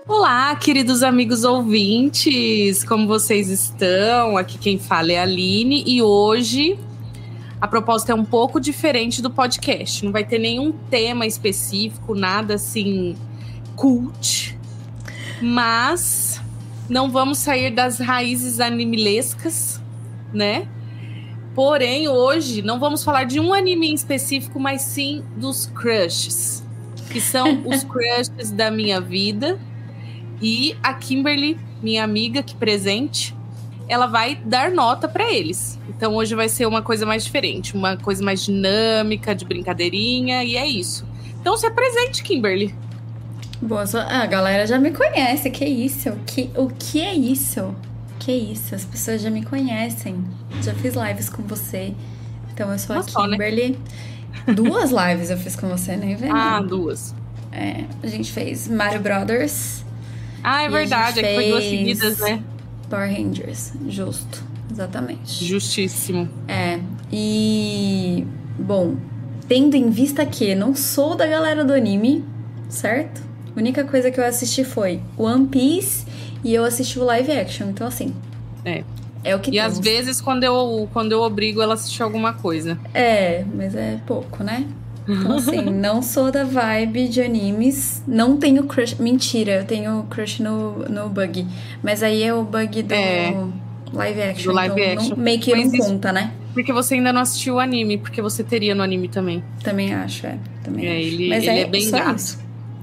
Olá, queridos amigos ouvintes, como vocês estão? Aqui quem fala é a Aline e hoje a proposta é um pouco diferente do podcast. Não vai ter nenhum tema específico, nada assim cult, mas não vamos sair das raízes animilescas, né? Porém, hoje não vamos falar de um anime em específico, mas sim dos crushes, que são os crushes da minha vida. E a Kimberly, minha amiga aqui presente, ela vai dar nota para eles. Então hoje vai ser uma coisa mais diferente, uma coisa mais dinâmica, de brincadeirinha, e é isso. Então se apresente, Kimberly. Boa, a galera já me conhece, que isso? O que é isso? Que isso? As pessoas já me conhecem. Já fiz lives com você. Então eu sou a Kimberly. Né? 2 lives eu fiz com você, nem vendo? Ah, 2. É, a gente fez Mario Brothers. Ah, é verdade, é que foi 2 seguidas, né? Power Rangers, justo, exatamente. Justíssimo. É, e... Bom, tendo em vista que não sou da galera do anime, certo? A única coisa que eu assisti foi One Piece e eu assisti o live action, então assim... É o que temos. Às vezes quando eu obrigo ela a assistir alguma coisa. É, mas é pouco, né? Então, assim, não sou da vibe de animes. Não tenho crush... Mentira, eu tenho crush no Bug. Mas aí é o Bug do live action. Do live então, action. Meio que não conta, né? Porque você ainda não assistiu o anime. Porque você teria no anime também. Também acho, Também acho. Ele é bem gato.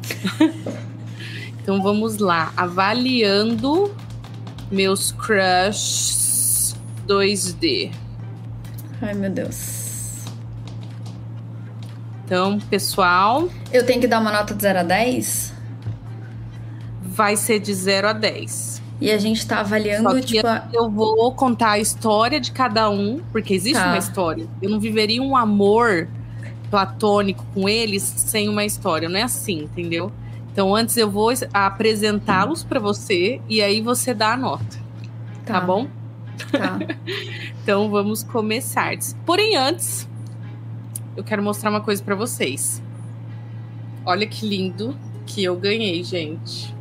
Então vamos lá. Avaliando meus crushes 2D. Ai, meu Deus. Então, pessoal... Eu tenho que dar uma nota de 0 a 10? Vai ser de 0 a 10. E a gente tá avaliando, Só que eu vou contar a história de cada um, porque existe uma história. Eu não viveria um amor platônico com eles sem uma história. Não é assim, entendeu? Então, antes eu vou apresentá-los pra você e aí você dá a nota. Tá bom? Tá. Então, vamos começar. Porém, antes... eu quero mostrar uma coisa pra vocês. Olha que lindo que eu ganhei, gente.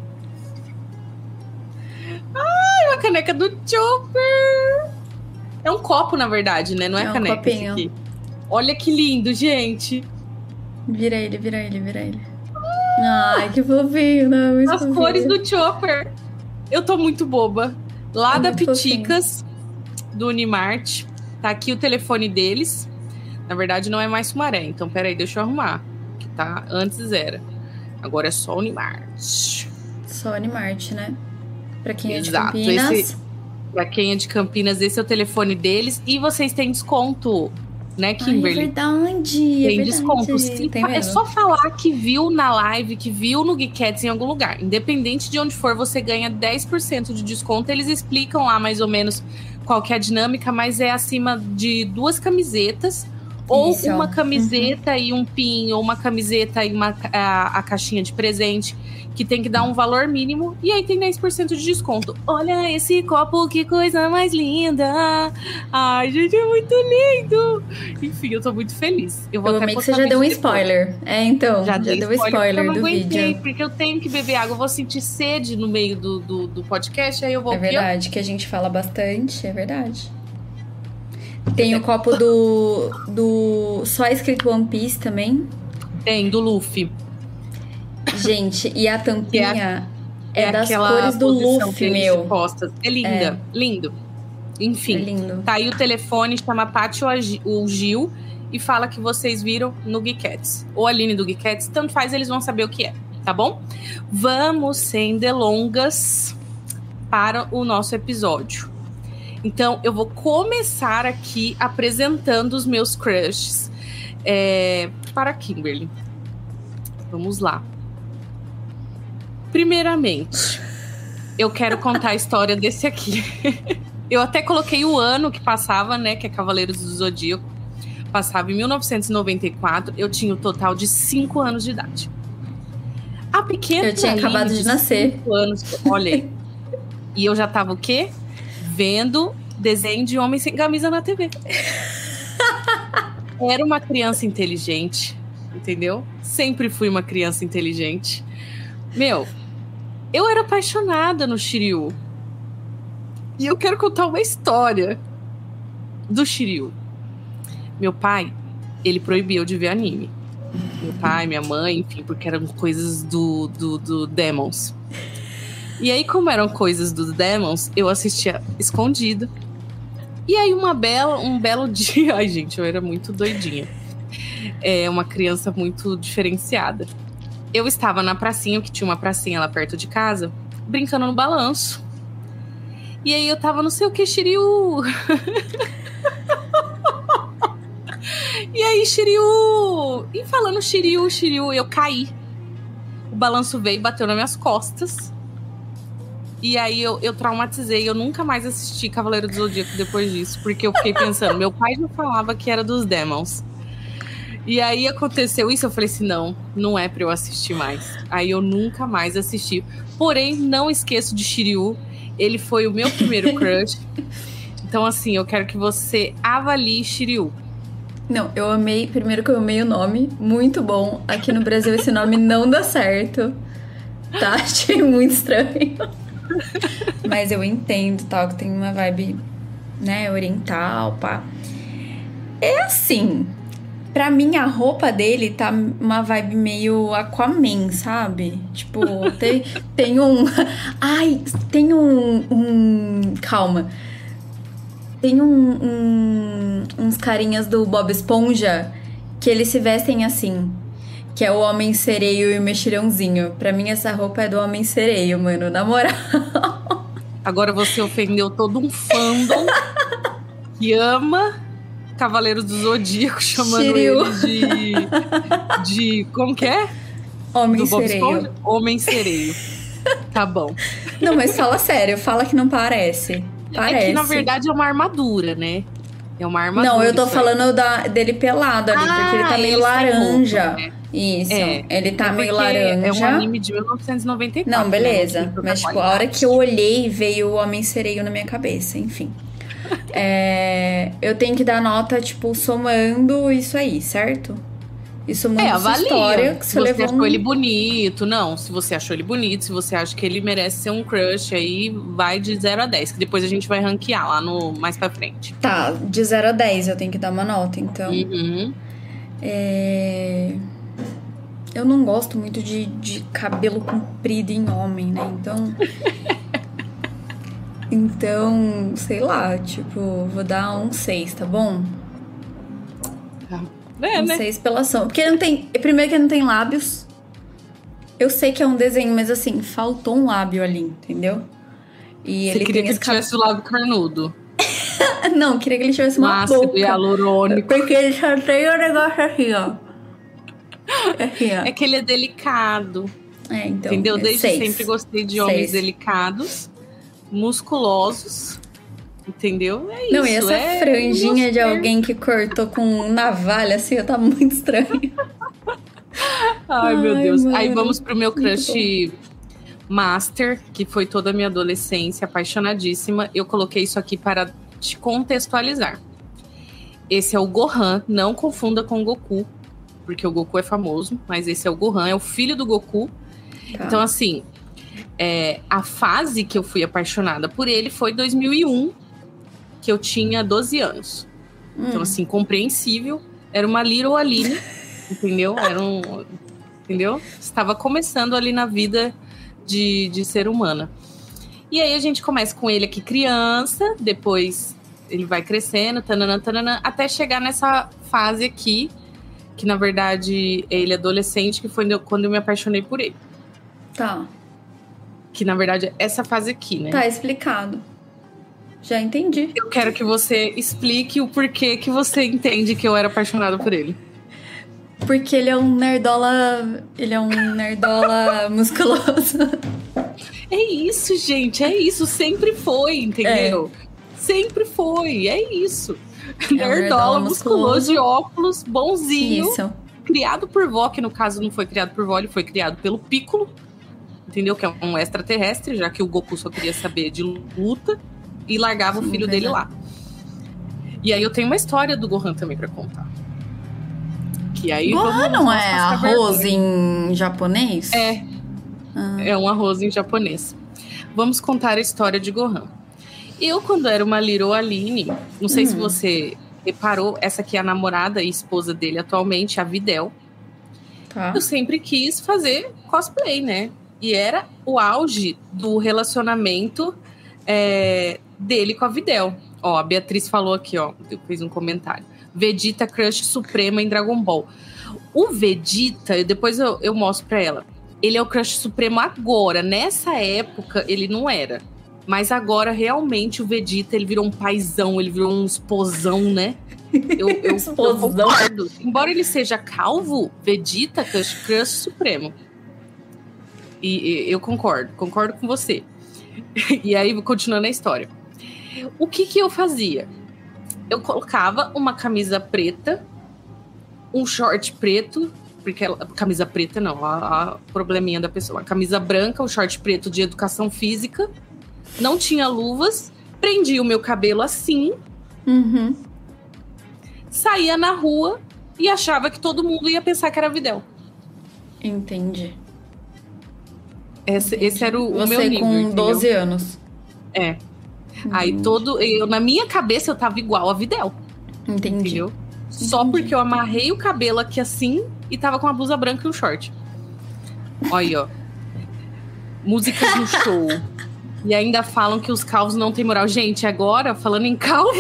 Ai, uma caneca do Chopper. É um copo, na verdade, né? Não é caneca. Copinho. Esse aqui. Olha que lindo, gente. Vira ele. Ai, que fofinho, né? As cores do Chopper. Eu tô muito boba. Lá da Piticas, do Unimart. Tá aqui o telefone deles. Na verdade, não é mais Sumaré. Então, peraí, deixa eu arrumar. Que tá, antes era. Agora é só Unimart. Só Unimart, né? Pra quem Exato. é de Campinas. Pra quem é de Campinas, esse é o telefone deles. E vocês têm desconto, né, Kimberly? Ai, é verdade. Tem desconto. Tem é só falar que viu na live, que viu no Geekettes em algum lugar. Independente de onde for, você ganha 10% de desconto. Eles explicam lá mais ou menos qual que é a dinâmica, mas é acima de 2 camisetas. Ou isso. Uma camiseta e um pin, ou uma camiseta e a caixinha de presente, que tem que dar um valor mínimo, e aí tem 10% de desconto. Olha esse copo, que coisa mais linda! Ai, gente, é muito lindo! Enfim, eu tô muito feliz. Eu amei que você já deu um spoiler. Então, já deu um spoiler do vídeo. Porque eu tenho que beber água, eu vou sentir sede no meio do podcast, aí eu vou... É verdade, que a gente fala bastante, é verdade. Tem o copo do só escrito One Piece também. Tem, do Luffy. Gente, e a tampinha é das cores do Luffy, meu. É linda, lindo. Enfim, lindo. Tá aí o telefone, chama Paty ou Gil e fala que vocês viram no Geekettes. Ou a Aline do Geekettes, tanto faz, eles vão saber o que é, tá bom? Vamos, sem delongas, para o nosso episódio. Então, eu vou começar aqui apresentando os meus crushes para a Kimberly. Vamos lá. Primeiramente, eu quero contar a história desse aqui. Eu até coloquei o ano que passava, né? Que é Cavaleiros do Zodíaco. Passava em 1994. Eu tinha o total de 5 anos de idade. A pequena... Eu tinha acabado de nascer. 5 anos, olha aí. E eu já tava o quê? Vendo desenho de homem sem camisa na TV. Era uma criança inteligente, entendeu? Sempre fui uma criança inteligente. Meu, Eu era apaixonada no Shiryu. E eu quero contar uma história do Shiryu. Meu pai, ele proibiu de ver anime. Meu pai, minha mãe, enfim, porque eram coisas do Demons. E aí, como eram coisas do Demons, eu assistia escondido. E aí, um belo dia... Ai, gente, eu era muito doidinha. Uma criança muito diferenciada. Eu estava na pracinha, que tinha uma pracinha lá perto de casa, brincando no balanço. E aí eu tava, não sei o que, Shiryu. E aí, Shiryu. E falando Shiryu, eu caí. O balanço veio e bateu nas minhas costas. E aí eu traumatizei. Eu nunca mais assisti Cavaleiro do Zodíaco depois disso. Porque eu fiquei pensando, meu pai já falava que era dos Demons. E aí aconteceu isso, eu falei assim, não é pra eu assistir mais. Aí eu nunca mais assisti. Porém, não esqueço de Shiryu. Ele foi o meu primeiro crush. Então, assim, eu quero que você avalie Shiryu. Não, eu amei. Primeiro que eu amei o nome. Muito bom. Aqui no Brasil esse nome não dá certo. Tá? Achei muito estranho. Mas eu entendo, tal, que tem uma vibe, né, oriental, pá. É assim... Pra mim, a roupa dele tá uma vibe meio Aquaman, sabe? Tipo, tem um... Ai, tem um... Calma. Tem uns carinhas do Bob Esponja que eles se vestem assim. Que é o Homem-Sereio e o Mexilhãozinho. Pra mim, essa roupa é do Homem-Sereio, mano. Na moral. Agora você ofendeu todo um fandom que ama... Cavaleiros do Zodíaco, chamando Shiryu. Ele de... Como que é? Homem-Sereio. Homem-Sereio. Tá bom. Não, mas fala sério. Fala que não parece. Parece. É que, na verdade, é uma armadura, né? É uma armadura. Não, eu tô falando dele pelado ali, porque ele tá meio laranja. Roupa, né? Isso, ele tá meio laranja. É um anime de 1994. Não, beleza. Né? Mas, tipo, a hora que eu olhei, veio o Homem-Sereio na minha cabeça, enfim. Eu tenho que dar nota, tipo, somando isso aí, certo? E somando essa história que se você achou ele bonito. Não, se você achou ele bonito, se você acha que ele merece ser um crush, aí vai de 0 a 10, que depois a gente vai ranquear lá mais pra frente. Tá, de 0 a 10 eu tenho que dar uma nota, então. Uhum. Eu não gosto muito de cabelo comprido em homem, né? Então, sei lá, tipo, vou dar um 6, tá bom? Um 6 pela ação. Porque não tem... Primeiro que não tem lábios. Eu sei que é um desenho, mas assim, faltou um lábio ali, entendeu? E você ele queria que ele tivesse o lábio carnudo? Não, queria que ele tivesse uma boca. Ácido e hialurônico. Porque ele só tem um negócio assim, ó. É que ele é delicado. Então, entendeu? Desde 6. sempre gostei de homens delicados, musculosos, entendeu? É isso. Não, e essa franjinha de alguém que cortou com navalha, assim, tá muito estranho. Ai, meu Deus. Mano. Aí vamos pro meu crush master, que foi toda a minha adolescência, apaixonadíssima. Eu coloquei isso aqui para te contextualizar. Esse é o Gohan, não confunda com o Goku, porque o Goku é famoso, mas esse é o Gohan, é o filho do Goku. Tá. Então, assim... a fase que eu fui apaixonada por ele foi 2001, que eu tinha 12 anos. Então, assim, compreensível. Era uma Little Aline, entendeu? Entendeu? Estava começando ali na vida de ser humana. E aí a gente começa com ele aqui criança, depois ele vai crescendo, tananã, até chegar nessa fase aqui, que na verdade ele é adolescente, que foi quando eu me apaixonei por ele. Tá. Que, na verdade, é essa fase aqui, né? Tá explicado. Já entendi. Eu quero que você explique o porquê que você entende que eu era apaixonada por ele. Porque ele é um nerdola... Ele é um nerdola musculoso. É isso, gente. É isso. Sempre foi, entendeu? Sempre foi. É isso. Nerdola musculoso de óculos, bonzinho. Isso. Criado por vó, que no caso não foi criado por vó, ele foi criado pelo Piccolo. Entendeu? Que é um extraterrestre, já que o Goku só queria saber de luta e largava o filho dele lá. E aí eu tenho uma história do Gohan também pra contar. Que aí Gohan não é arroz em japonês? É um arroz em japonês. Vamos contar a história de Gohan. Eu, quando era uma Little Aline, não sei se você reparou, essa aqui é a namorada e esposa dele atualmente, a Videl. Tá. Eu sempre quis fazer cosplay, né? E era o auge do relacionamento dele com a Videl. Ó, a Beatriz falou aqui, ó, fez um comentário. Vegeta crush suprema em Dragon Ball. O Vegeta, depois eu mostro pra ela, ele é o crush supremo agora. Nessa época, ele não era. Mas agora, realmente, o Vegeta, ele virou um paizão, ele virou um esposão, né? Eu concordo. Embora ele seja calvo, Vegeta, crush supremo. E eu concordo com você. E aí, continuando a história. O que eu fazia? Eu colocava uma camisa preta, um short preto, porque camisa preta não, a probleminha da pessoa. A camisa branca, o short preto de educação física, não tinha luvas, prendia o meu cabelo assim, saía na rua e achava que todo mundo ia pensar que era Videl. Entendi. Esse era o Você meu nível. Você com 12 anos. É. Aí na minha cabeça eu tava igual a Videl. Entendi. Entendeu? Só porque eu amarrei o cabelo aqui assim e tava com uma blusa branca e um short. Olha aí, ó. Músicas no show. E ainda falam que os calvos não têm moral. Gente, agora, falando em calvo...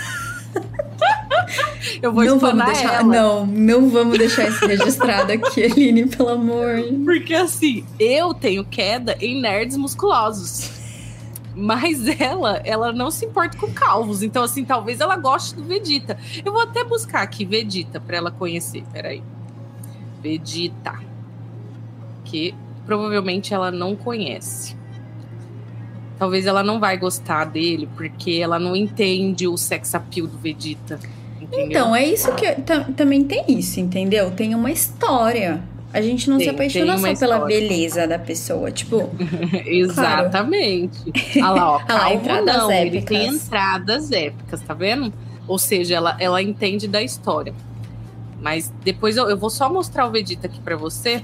eu vou explanar ela. Não vamos deixar isso registrado aqui, Aline, pelo amor. Porque assim, eu tenho queda em nerds musculosos. Mas ela não se importa com calvos. Então, assim, talvez ela goste do Vegeta. Eu vou até buscar aqui Vegeta pra ela conhecer. Peraí. Vegeta. Que provavelmente ela não conhece. Talvez ela não vai gostar dele, porque ela não entende o sex appeal do Vegeta. Entendeu? Então, é isso que... também tem isso, entendeu? Tem uma história. A gente não se apaixona só pela beleza da pessoa, tipo... Exatamente. Olha lá, ó, calvo não, épicas. Ele tem entradas épicas, tá vendo? Ou seja, ela entende da história. Mas depois eu vou só mostrar o Vegeta aqui pra você.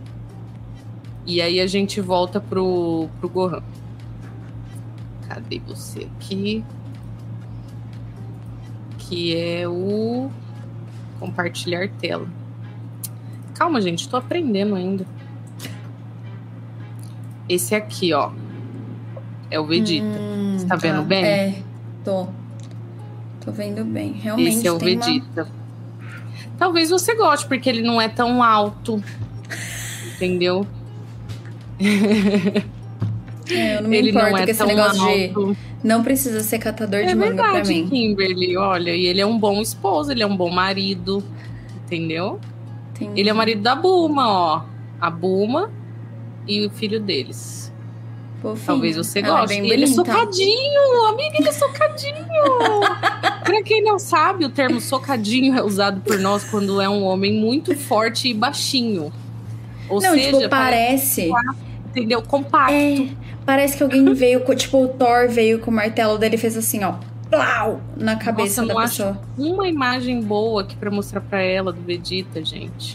E aí a gente volta pro Gohan. Cadê você aqui? Que é o compartilhar tela. Calma, gente, tô aprendendo ainda. Esse aqui, ó, é o Vegeta. Você tá vendo bem? É, tô vendo bem. Realmente esse é o Vegeta. Talvez você goste, porque ele não é tão alto. Entendeu? Eu não me importo com esse negócio alto. De não precisa ser catador de manga pra mim. Kimberly, olha, e ele é um bom esposo, ele é um bom marido, entendeu? Entendi. Ele é o marido da Bulma, ó. A Bulma e o filho deles. Fofinho. Talvez você goste. Ele é socadinho, amiga, ele é socadinho. Pra quem não sabe, o termo socadinho é usado por nós quando é um homem muito forte e baixinho. Ou não, seja, tipo, parece... Entendeu? Compacto. Parece que alguém veio, tipo, o Thor veio com o martelo dele e fez assim, ó, plau, na cabeça da pessoa. Acho uma imagem boa aqui pra mostrar pra ela do Vegeta, gente.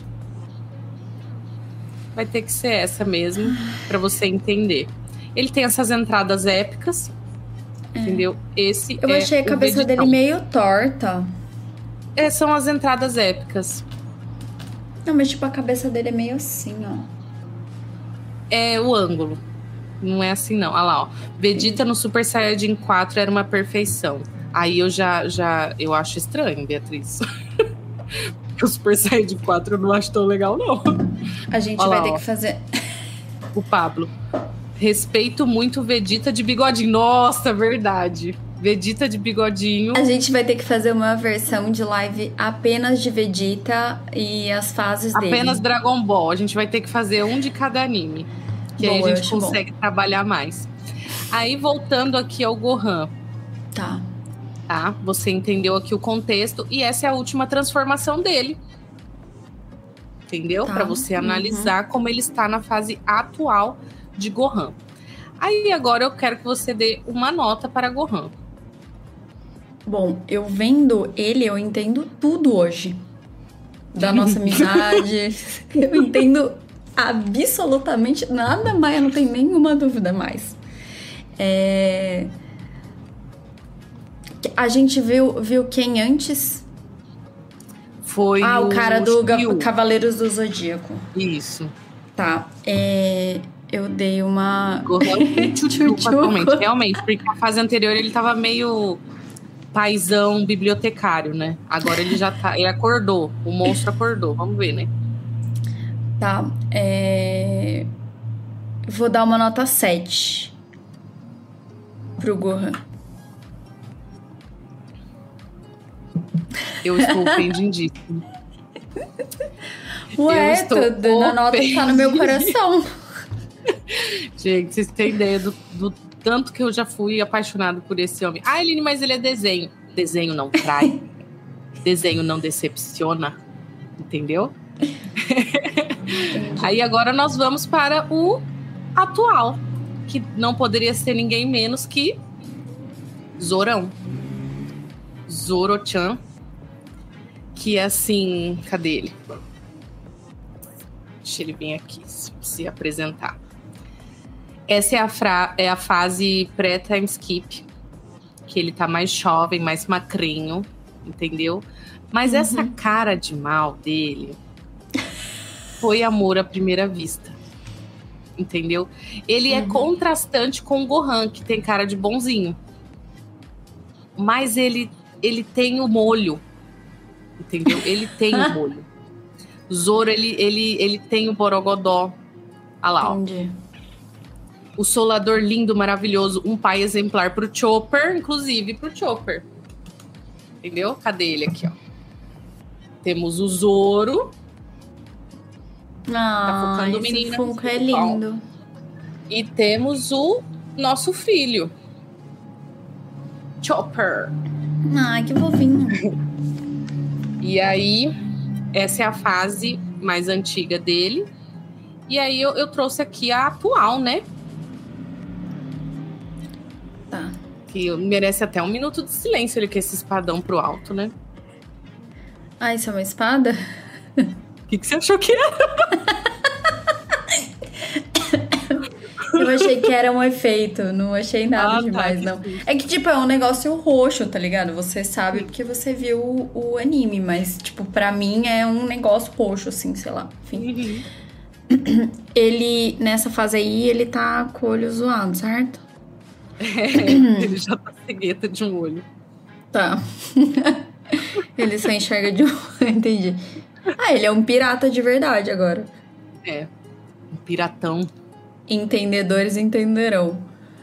Vai ter que ser essa mesmo, pra você entender. Ele tem essas entradas épicas, entendeu? Eu achei a cabeça dele meio torta. São as entradas épicas. Não, mas tipo, a cabeça dele é meio assim, ó. É o ângulo. Não é assim, não. Olha lá, ó. Vegeta no Super Saiyajin 4 era uma perfeição. Aí eu acho estranho, Beatriz. O Super Saiyajin 4 eu não acho tão legal, não. A gente vai ter que fazer... O Pablo. Respeito muito o Vegeta de bigodinho. Nossa, verdade. Vegeta de bigodinho. A gente vai ter que fazer uma versão de live apenas de Vegeta e as fases dele. Apenas Dragon Ball. A gente vai ter que fazer um de cada anime. Que aí a gente consegue trabalhar mais. Aí, voltando aqui ao Gohan. Tá. Você entendeu aqui o contexto. E essa é a última transformação dele. Entendeu? Pra você analisar como ele está na fase atual de Gohan. Aí, agora eu quero que você dê uma nota para Gohan. Bom, eu vendo ele, eu entendo tudo hoje. Da nossa amizade. Eu entendo absolutamente nada mais, não tem nenhuma dúvida mais. A gente viu quem antes? Foi o cara do Cavaleiros do Zodíaco. Isso. Tá. Eu dei uma... Atualmente, realmente. Porque na fase anterior ele tava meio paizão bibliotecário, né? Agora ele já tá... Ele acordou. O monstro acordou. Vamos ver, né? Tá. Vou dar uma nota 7 pro Gohan. Eu estou ofendidíssima. Ué, tudo na nota tá no meu coração. Gente, vocês têm ideia do tanto que eu já fui apaixonado por esse homem. Ah, Eline, mas ele é desenho. Desenho não trai. Desenho não decepciona. Entendeu? Aí agora nós vamos para o atual, que não poderia ser ninguém menos que Zorão. Zoro-chan. Que é assim... Cadê ele? Deixa ele vir aqui se apresentar. Essa é a fase pré-time skip. Que ele tá mais jovem, mais magrinho. Entendeu? Mas essa cara de mal dele foi amor à primeira vista. Entendeu? Ele é contrastante com o Gohan, que tem cara de bonzinho. Mas ele tem o molho. Entendeu? Ele tem o molho. Zoro, ele tem o borogodó. Olha lá, ó. Entendi. O solador lindo, maravilhoso. Um pai exemplar pro Chopper, inclusive pro Chopper. Entendeu? Cadê ele aqui, ó? Temos o Zoro. Tá focando o menino. Esse Funko é lindo. E temos o nosso filho. Chopper. Ai, que fofinho. E aí, essa é a fase mais antiga dele. E aí eu trouxe aqui a atual, né? Tá. Que merece até um minuto de silêncio ele com esse espadão pro alto, né? Ah, isso é uma espada? O que você achou que era? Eu achei que era um efeito, não achei nada demais, não. É que, tipo, é um negócio roxo, tá ligado? Você sabe porque você viu o anime, mas, tipo, pra mim é um negócio roxo, assim, sei lá, enfim. Ele, nessa fase aí, ele tá com o olho zoado, certo? Ele já tá cegueta de um olho. Tá. Ele só enxerga de um olho, entendi. Ah, ele é um pirata de verdade agora. É, um piratão. Entendedores entenderão.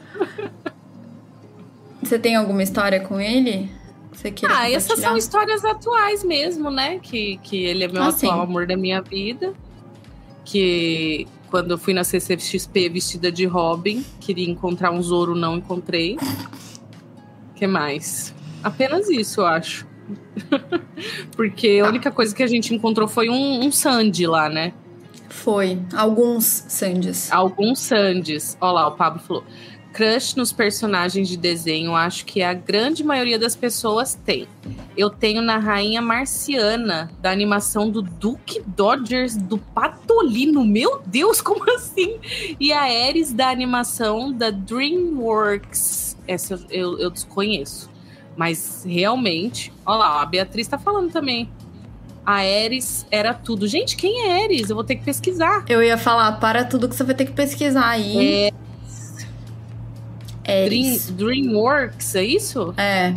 Você tem alguma história com ele? Você queira essas são histórias atuais mesmo, né? Que ele é meu atual amor da minha vida. Que quando eu fui na CCXP vestida de Robin, queria encontrar um Zoro, não encontrei. Que mais? Apenas isso, eu acho. Porque a única coisa que a gente encontrou foi um Sandy lá, né? Foi. Alguns Sandys. Alguns Sandys. Olha lá, o Pablo falou. Crush nos personagens de desenho, acho que a grande maioria das pessoas tem. Eu tenho na Rainha Marciana, da animação do Duke Dodgers, do Patolino. Meu Deus, como assim? E a Ares, da animação da DreamWorks. Essa eu desconheço. Mas realmente... Olha lá, a Beatriz tá falando também. A Ares era tudo. Gente, quem é Ares? Eu vou ter que pesquisar. Eu ia falar, para tudo que você vai ter que pesquisar aí. DreamWorks, é isso? É.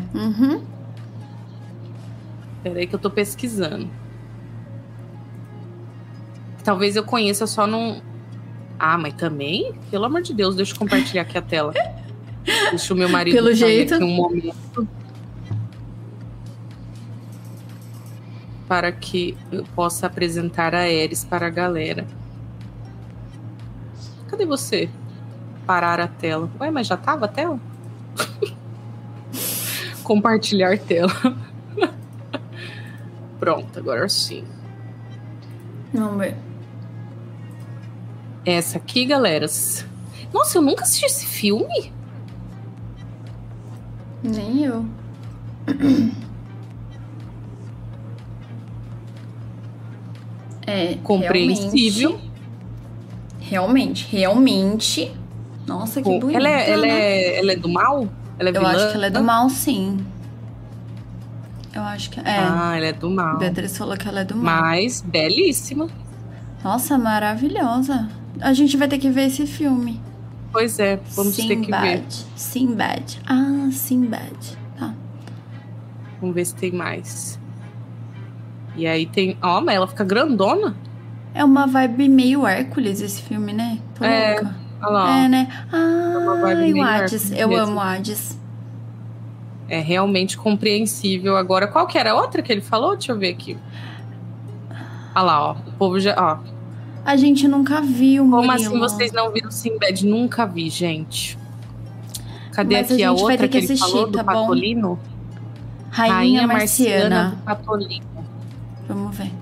Peraí que eu tô pesquisando. Talvez eu conheça só num... Ah, mas também? Pelo amor de Deus, deixa eu compartilhar aqui a tela. Deixa o meu marido pelo jeito aqui um momento. Para que eu possa apresentar a Ares para a galera. Cadê você? Parar a tela. Ué, mas já tava a tela? Compartilhar tela. Pronto, agora sim. Vamos ver. Essa aqui, galera. Nossa, eu nunca assisti esse filme. Nem eu. Compreensível. Realmente. Realmente. Nossa, que bonita, ela é do mal? Ela é vilã? Eu acho que ela é do mal, sim. Eu acho que é. Ah, ela é do mal. Beatriz falou que ela é do mal. Mas belíssima. Nossa, maravilhosa. A gente vai ter que ver esse filme. Pois é, vamos ter que ver. Sinbad. Ah, Sinbad. Tá. Vamos ver se tem mais. E aí tem... Ó, mas ela fica grandona. É uma vibe meio Hércules esse filme, né? Tô louca. Olha lá. É, né? O Hades. Eu amo Hades. É realmente compreensível. Agora, qual que era a outra que ele falou? Deixa eu ver aqui. Olha lá, ó. O povo já... Ó. A gente nunca viu, Como Murilo. assim vocês não viram Sinbad? Nunca vi, gente. Cadê Mas aqui a outra vai ter que ele assistir, falou, do tá Patolino? Rainha Marciana do Patolino. Vamos ver.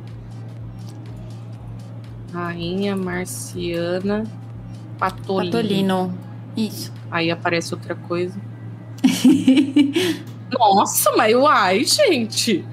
Rainha Marciana Patolino. Isso. Aí aparece outra coisa. Nossa, mas uai, gente.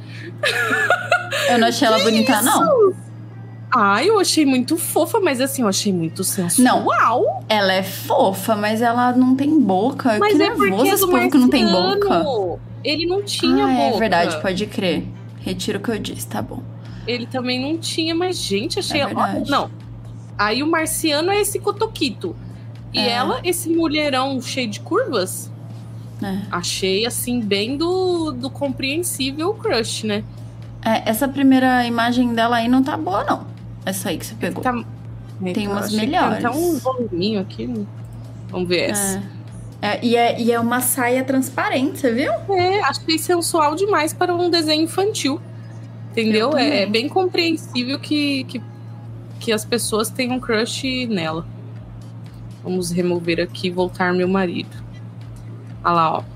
Eu não achei ela bonita, não. Ai, eu achei muito fofa, mas assim, eu achei muito sensual. Não, ela é fofa, mas ela não tem boca. Mas que é nervoso esse povo que não tem boca. Ele não tinha boca. É verdade, pode crer. Retiro o que eu disse, tá bom. Ele também não tinha, mas gente, achei... Não. Aí o Marciano é esse cotoquito. E ela, esse mulherão cheio de curvas. Achei, assim, bem do compreensível crush, né? Essa primeira imagem dela aí não tá boa, não. Essa aí que você pegou. Tem umas melhores. Tem até um voluminho aqui. Né? Vamos ver essa. E é uma saia transparente, você viu? Achei sensual demais para um desenho infantil. Entendeu? É bem compreensível que as pessoas tenham um crush nela. Vamos remover aqui e voltar meu marido. Olha lá, ó.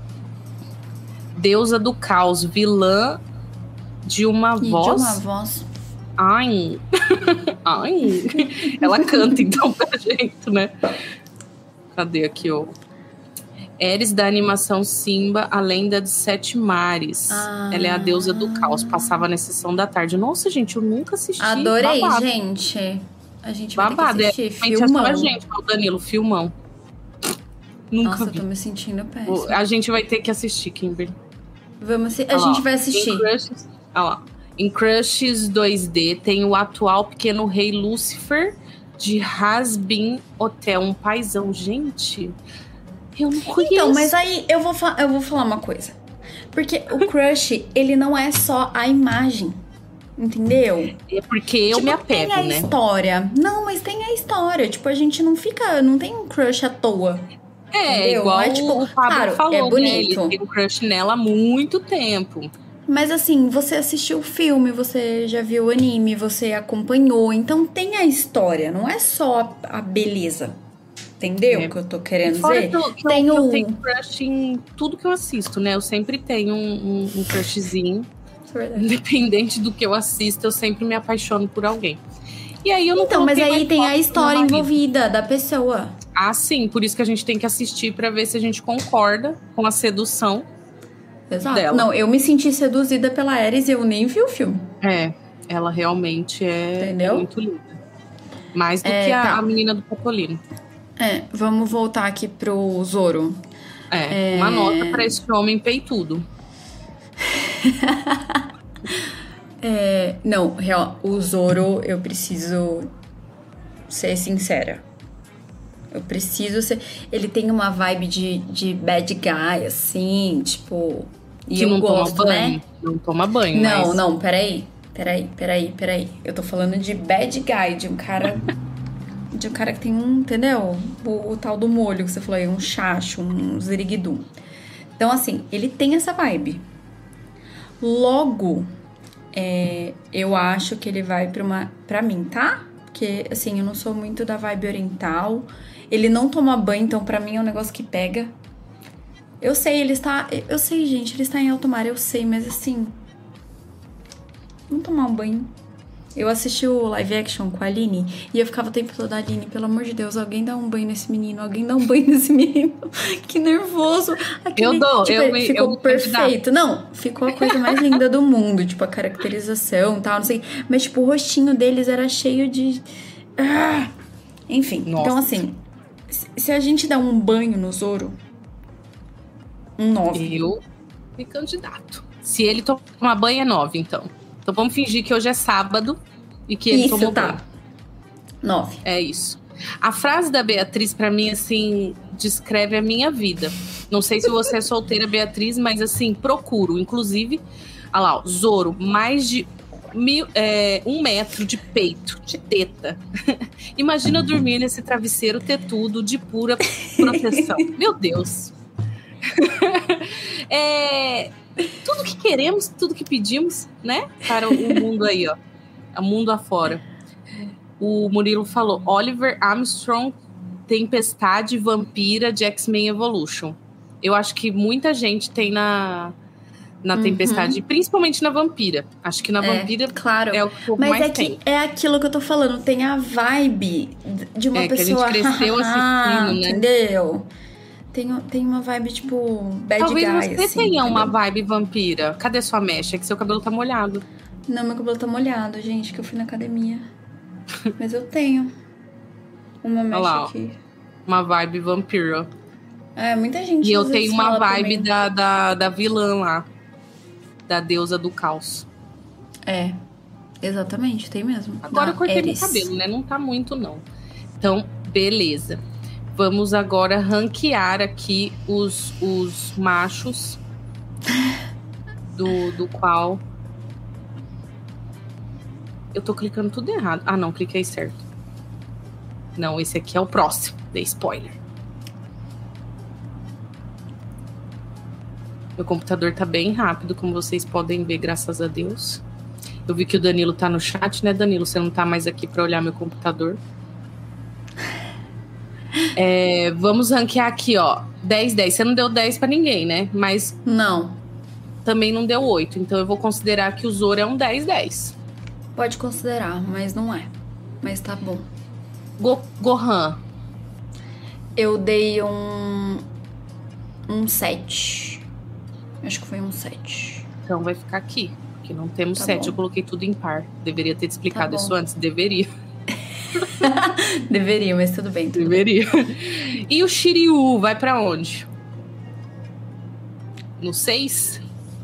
Deusa do caos, vilã de uma voz. De uma voz. Ai. Ai. Ela canta então pra gente, né? Cadê aqui, ó? Eris da animação Simba, a lenda de Sete Mares. Ela é a deusa do caos. Passava na sessão da tarde. Nossa, gente, eu nunca assisti. Adorei, babado. gente. A gente vai babado. ter que assistir. Filmão. É gente, o Danilo, filmão. Nunca Nossa, vi. Eu tô me sentindo péssima. A gente vai ter que assistir, Kimberly. A gente vai assistir. Em Crushes 2D tem o atual pequeno rei Lúcifer de Hazbin Hotel, um paizão. Gente, eu não conheço. Então, mas aí eu vou falar uma coisa. Porque o crush, ele não é só a imagem. Entendeu? É porque eu me apego, tem a história. Não, mas tem a história. Tipo, a gente não tem um crush à toa. Entendeu? Igual o Pablo falou, é bonito. Né? Ele tem um crush nela há muito tempo. Mas assim, você assistiu o filme, você já viu o anime, você acompanhou. Então tem a história, não é só a beleza. Entendeu o que eu tô querendo dizer? Eu tenho crush em tudo que eu assisto, né? Eu sempre tenho um crushzinho. Independente do que eu assisto, eu sempre me apaixono por alguém. E aí eu não mas aí tem a história envolvida da pessoa. Ah, sim. Por isso que a gente tem que assistir pra ver se a gente concorda com a sedução. Exato. Dela. Não, eu me senti seduzida pela Ares e eu nem vi o filme. Ela realmente é muito linda. Mais do que a menina do Patolino. Vamos voltar aqui pro Zoro. Uma nota pra esse homem peitudo. Não, real, o Zoro, eu preciso ser sincera. Eu preciso ser... Ele tem uma vibe de bad guy, assim, tipo... E que não gosto, toma banho. Né? Não toma banho, Não, peraí. Eu tô falando de bad guy, de um cara... de um cara que tem entendeu? O tal do molho que você falou aí, um chacho, um ziriguidum. Então, assim, ele tem essa vibe. Logo, eu acho que ele vai pra mim, tá? Porque, assim, eu não sou muito da vibe oriental. Ele não toma banho, então pra mim é um negócio que pega. Eu sei, gente, ele está em alto mar, eu sei, mas assim... Vamos tomar um banho. Eu assisti o live action com a Aline e eu ficava o tempo todo, Aline, pelo amor de Deus, alguém dá um banho nesse menino, Que nervoso. Eu dou, ficou perfeito. Não, ficou a coisa mais linda do mundo, tipo, a caracterização e tal, não sei. Mas, tipo, o rostinho deles era cheio de... Enfim, Nossa. Então assim, se a gente der um banho no Zoro, um 9. Eu me candidato. Se ele tomar banho, é 9, então. Então vamos fingir que hoje é sábado e que ele tomou banho. 9. É isso. A frase da Beatriz, pra mim, assim, descreve a minha vida. Não sei se você é solteira, Beatriz, mas, assim, procuro. Inclusive, olha lá, ó, Zoro, mais de 1 metro de peito, de teta. Imagina eu dormir nesse travesseiro tetudo de pura proteção. Meu Deus. Tudo que queremos, tudo que pedimos, né? Para o mundo aí, ó. O mundo afora. O Murilo falou, Oliver Armstrong, Tempestade, Vampira de X-Men Evolution. Eu acho que muita gente tem na Tempestade, principalmente na Vampira. Acho que na Vampira claro. É o que eu mais mais tem. É aquilo que eu tô falando, tem a vibe de uma pessoa... que a gente cresceu assistindo, né? Entendeu? Tem uma vibe, tipo, bad Talvez guy, você assim, tenha entendeu? uma vibe vampira. Cadê sua mecha? É que seu cabelo tá molhado. Não, meu cabelo tá molhado, gente, que eu fui na academia. Mas eu tenho uma mecha lá, aqui. Uma vibe vampira. Muita gente. E eu tenho uma vibe mim. da vilã lá. Da deusa do caos. Exatamente, tem mesmo. Agora eu cortei meu cabelo, né? Não tá muito, não. Então, beleza. Vamos agora ranquear aqui os machos do qual... Eu tô clicando tudo errado. Ah, não, cliquei certo. Não, esse aqui é o próximo. Dei spoiler. Meu computador tá bem rápido, como vocês podem ver, graças a Deus. Eu vi que o Danilo tá no chat, né, Danilo? Você não tá mais aqui pra olhar meu computador. Vamos ranquear aqui, ó. 10, 10. Você não deu 10 pra ninguém, né? Mas... Não. Também não deu 8. Então eu vou considerar que o Zoro é um 10, 10. Pode considerar, mas não é. Mas tá bom. Gohan. Eu dei um 7. Acho que foi um 7. Então vai ficar aqui. Porque não temos 7. Bom. Eu coloquei tudo em par. Deveria ter te explicado Tá isso bom. antes? Deveria. Deveria, mas tudo bem. Deveria. E o Shiryu vai pra onde? No 6?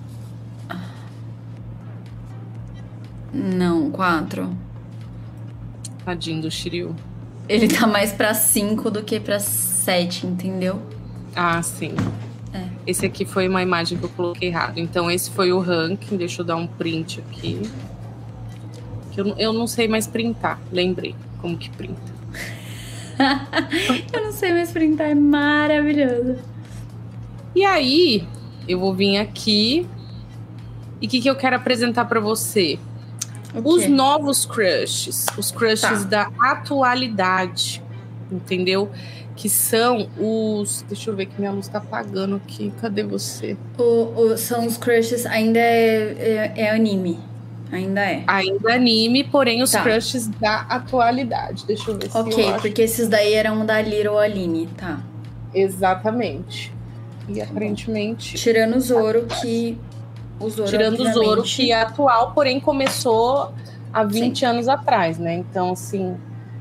Não, 4. Tadinho do Shiryu. Ele tá mais pra 5 do que pra 7, entendeu? Ah, sim. Esse aqui foi uma imagem que eu coloquei errado. Então esse foi o ranking. Deixa eu dar um print aqui. Que eu não sei mais printar. Lembrei como que printa. Eu não sei mais printar, é maravilhoso. E aí, eu vou vir aqui. E o que eu quero apresentar pra você? Os novos crushes. Os crushes da atualidade. Entendeu? Que são os... Deixa eu ver que minha luz tá apagando aqui. Cadê você? São os crushes, ainda é anime. Ainda é. Ainda anime, porém os crushes da atualidade. Deixa eu ver se eu acho. Porque esses daí eram da Little Aline, tá. Exatamente. E aparentemente... Tirando o Zoro, que... Tirando o Zoro, que é atual, porém começou há 20 anos atrás, né? Então, assim...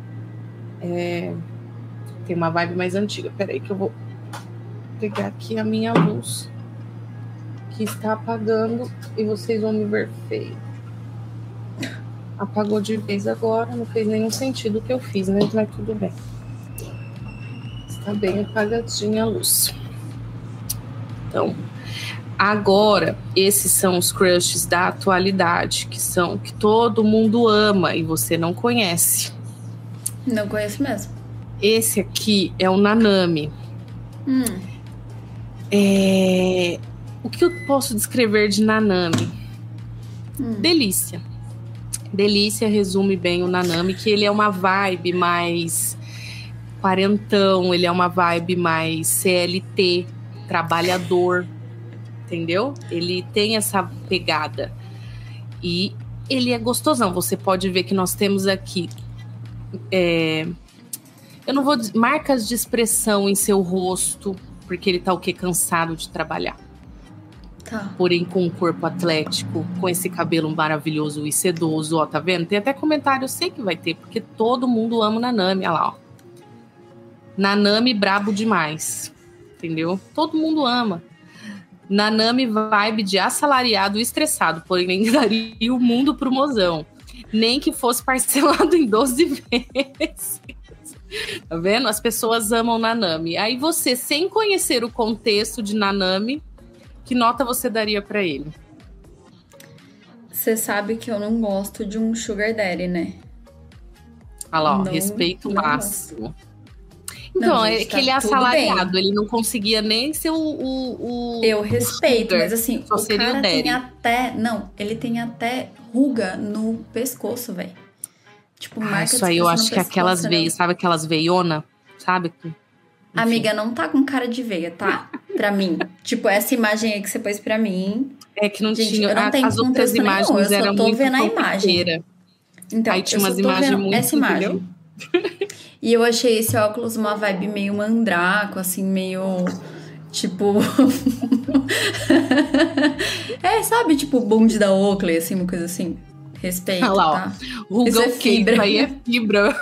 Tem uma vibe mais antiga. Peraí que eu vou pegar aqui a minha luz. Que está apagando e vocês vão me ver feio. Apagou de vez agora, não fez nenhum sentido o que eu fiz, né? Mas tudo bem. Está bem apagadinha a luz. Então, agora, esses são os crushes da atualidade, que todo mundo ama e você não conhece. Não conheço mesmo. Esse aqui é o Nanami. O que eu posso descrever de Nanami? Delícia. Delícia resume bem o Nanami, que ele é uma vibe mais quarentão, ele é uma vibe mais CLT, trabalhador, entendeu? Ele tem essa pegada. E ele é gostosão. Você pode ver que nós temos aqui... eu não vou dizer marcas de expressão em seu rosto, porque ele tá o quê? Cansado de trabalhar. Tá. Porém, com um corpo atlético, com esse cabelo maravilhoso e sedoso, ó, tá vendo? Tem até comentário, eu sei que vai ter, porque todo mundo ama o Nanami, olha lá, ó. Nanami brabo demais. Entendeu? Todo mundo ama. Nanami vibe de assalariado e estressado, porém daria o mundo pro mozão. Nem que fosse parcelado em 12 vezes. Tá vendo? As pessoas amam Nanami. Aí você, sem conhecer o contexto de Nanami, que nota você daria pra ele? Você sabe que eu não gosto de um sugar daddy, né? Olha lá, ó, respeito máximo. Então, não, gente, é que ele é assalariado, ele não conseguia nem ser o eu respeito, mas assim, só o cara tem até... Não, ele tem até ruga no pescoço, velho. Tipo, marca isso aí eu acho que aquelas veias, sabe aquelas veiona? Sabe? Enfim. Amiga, não tá com cara de veia, tá? Pra mim. Tipo, essa imagem aí que você pôs pra mim. É que não gente, tinha... eu não tenho as outras imagens eram muito vendo a imagem. Então, aí tinha umas imagens muito, essa imagem. E eu achei esse óculos uma vibe meio mandraco, assim, meio... Tipo... sabe? Tipo, bonde da Oakley, assim, uma coisa assim. Respeito, olha lá, tá? Ó. Ruga o quê? Isso aí é fibra.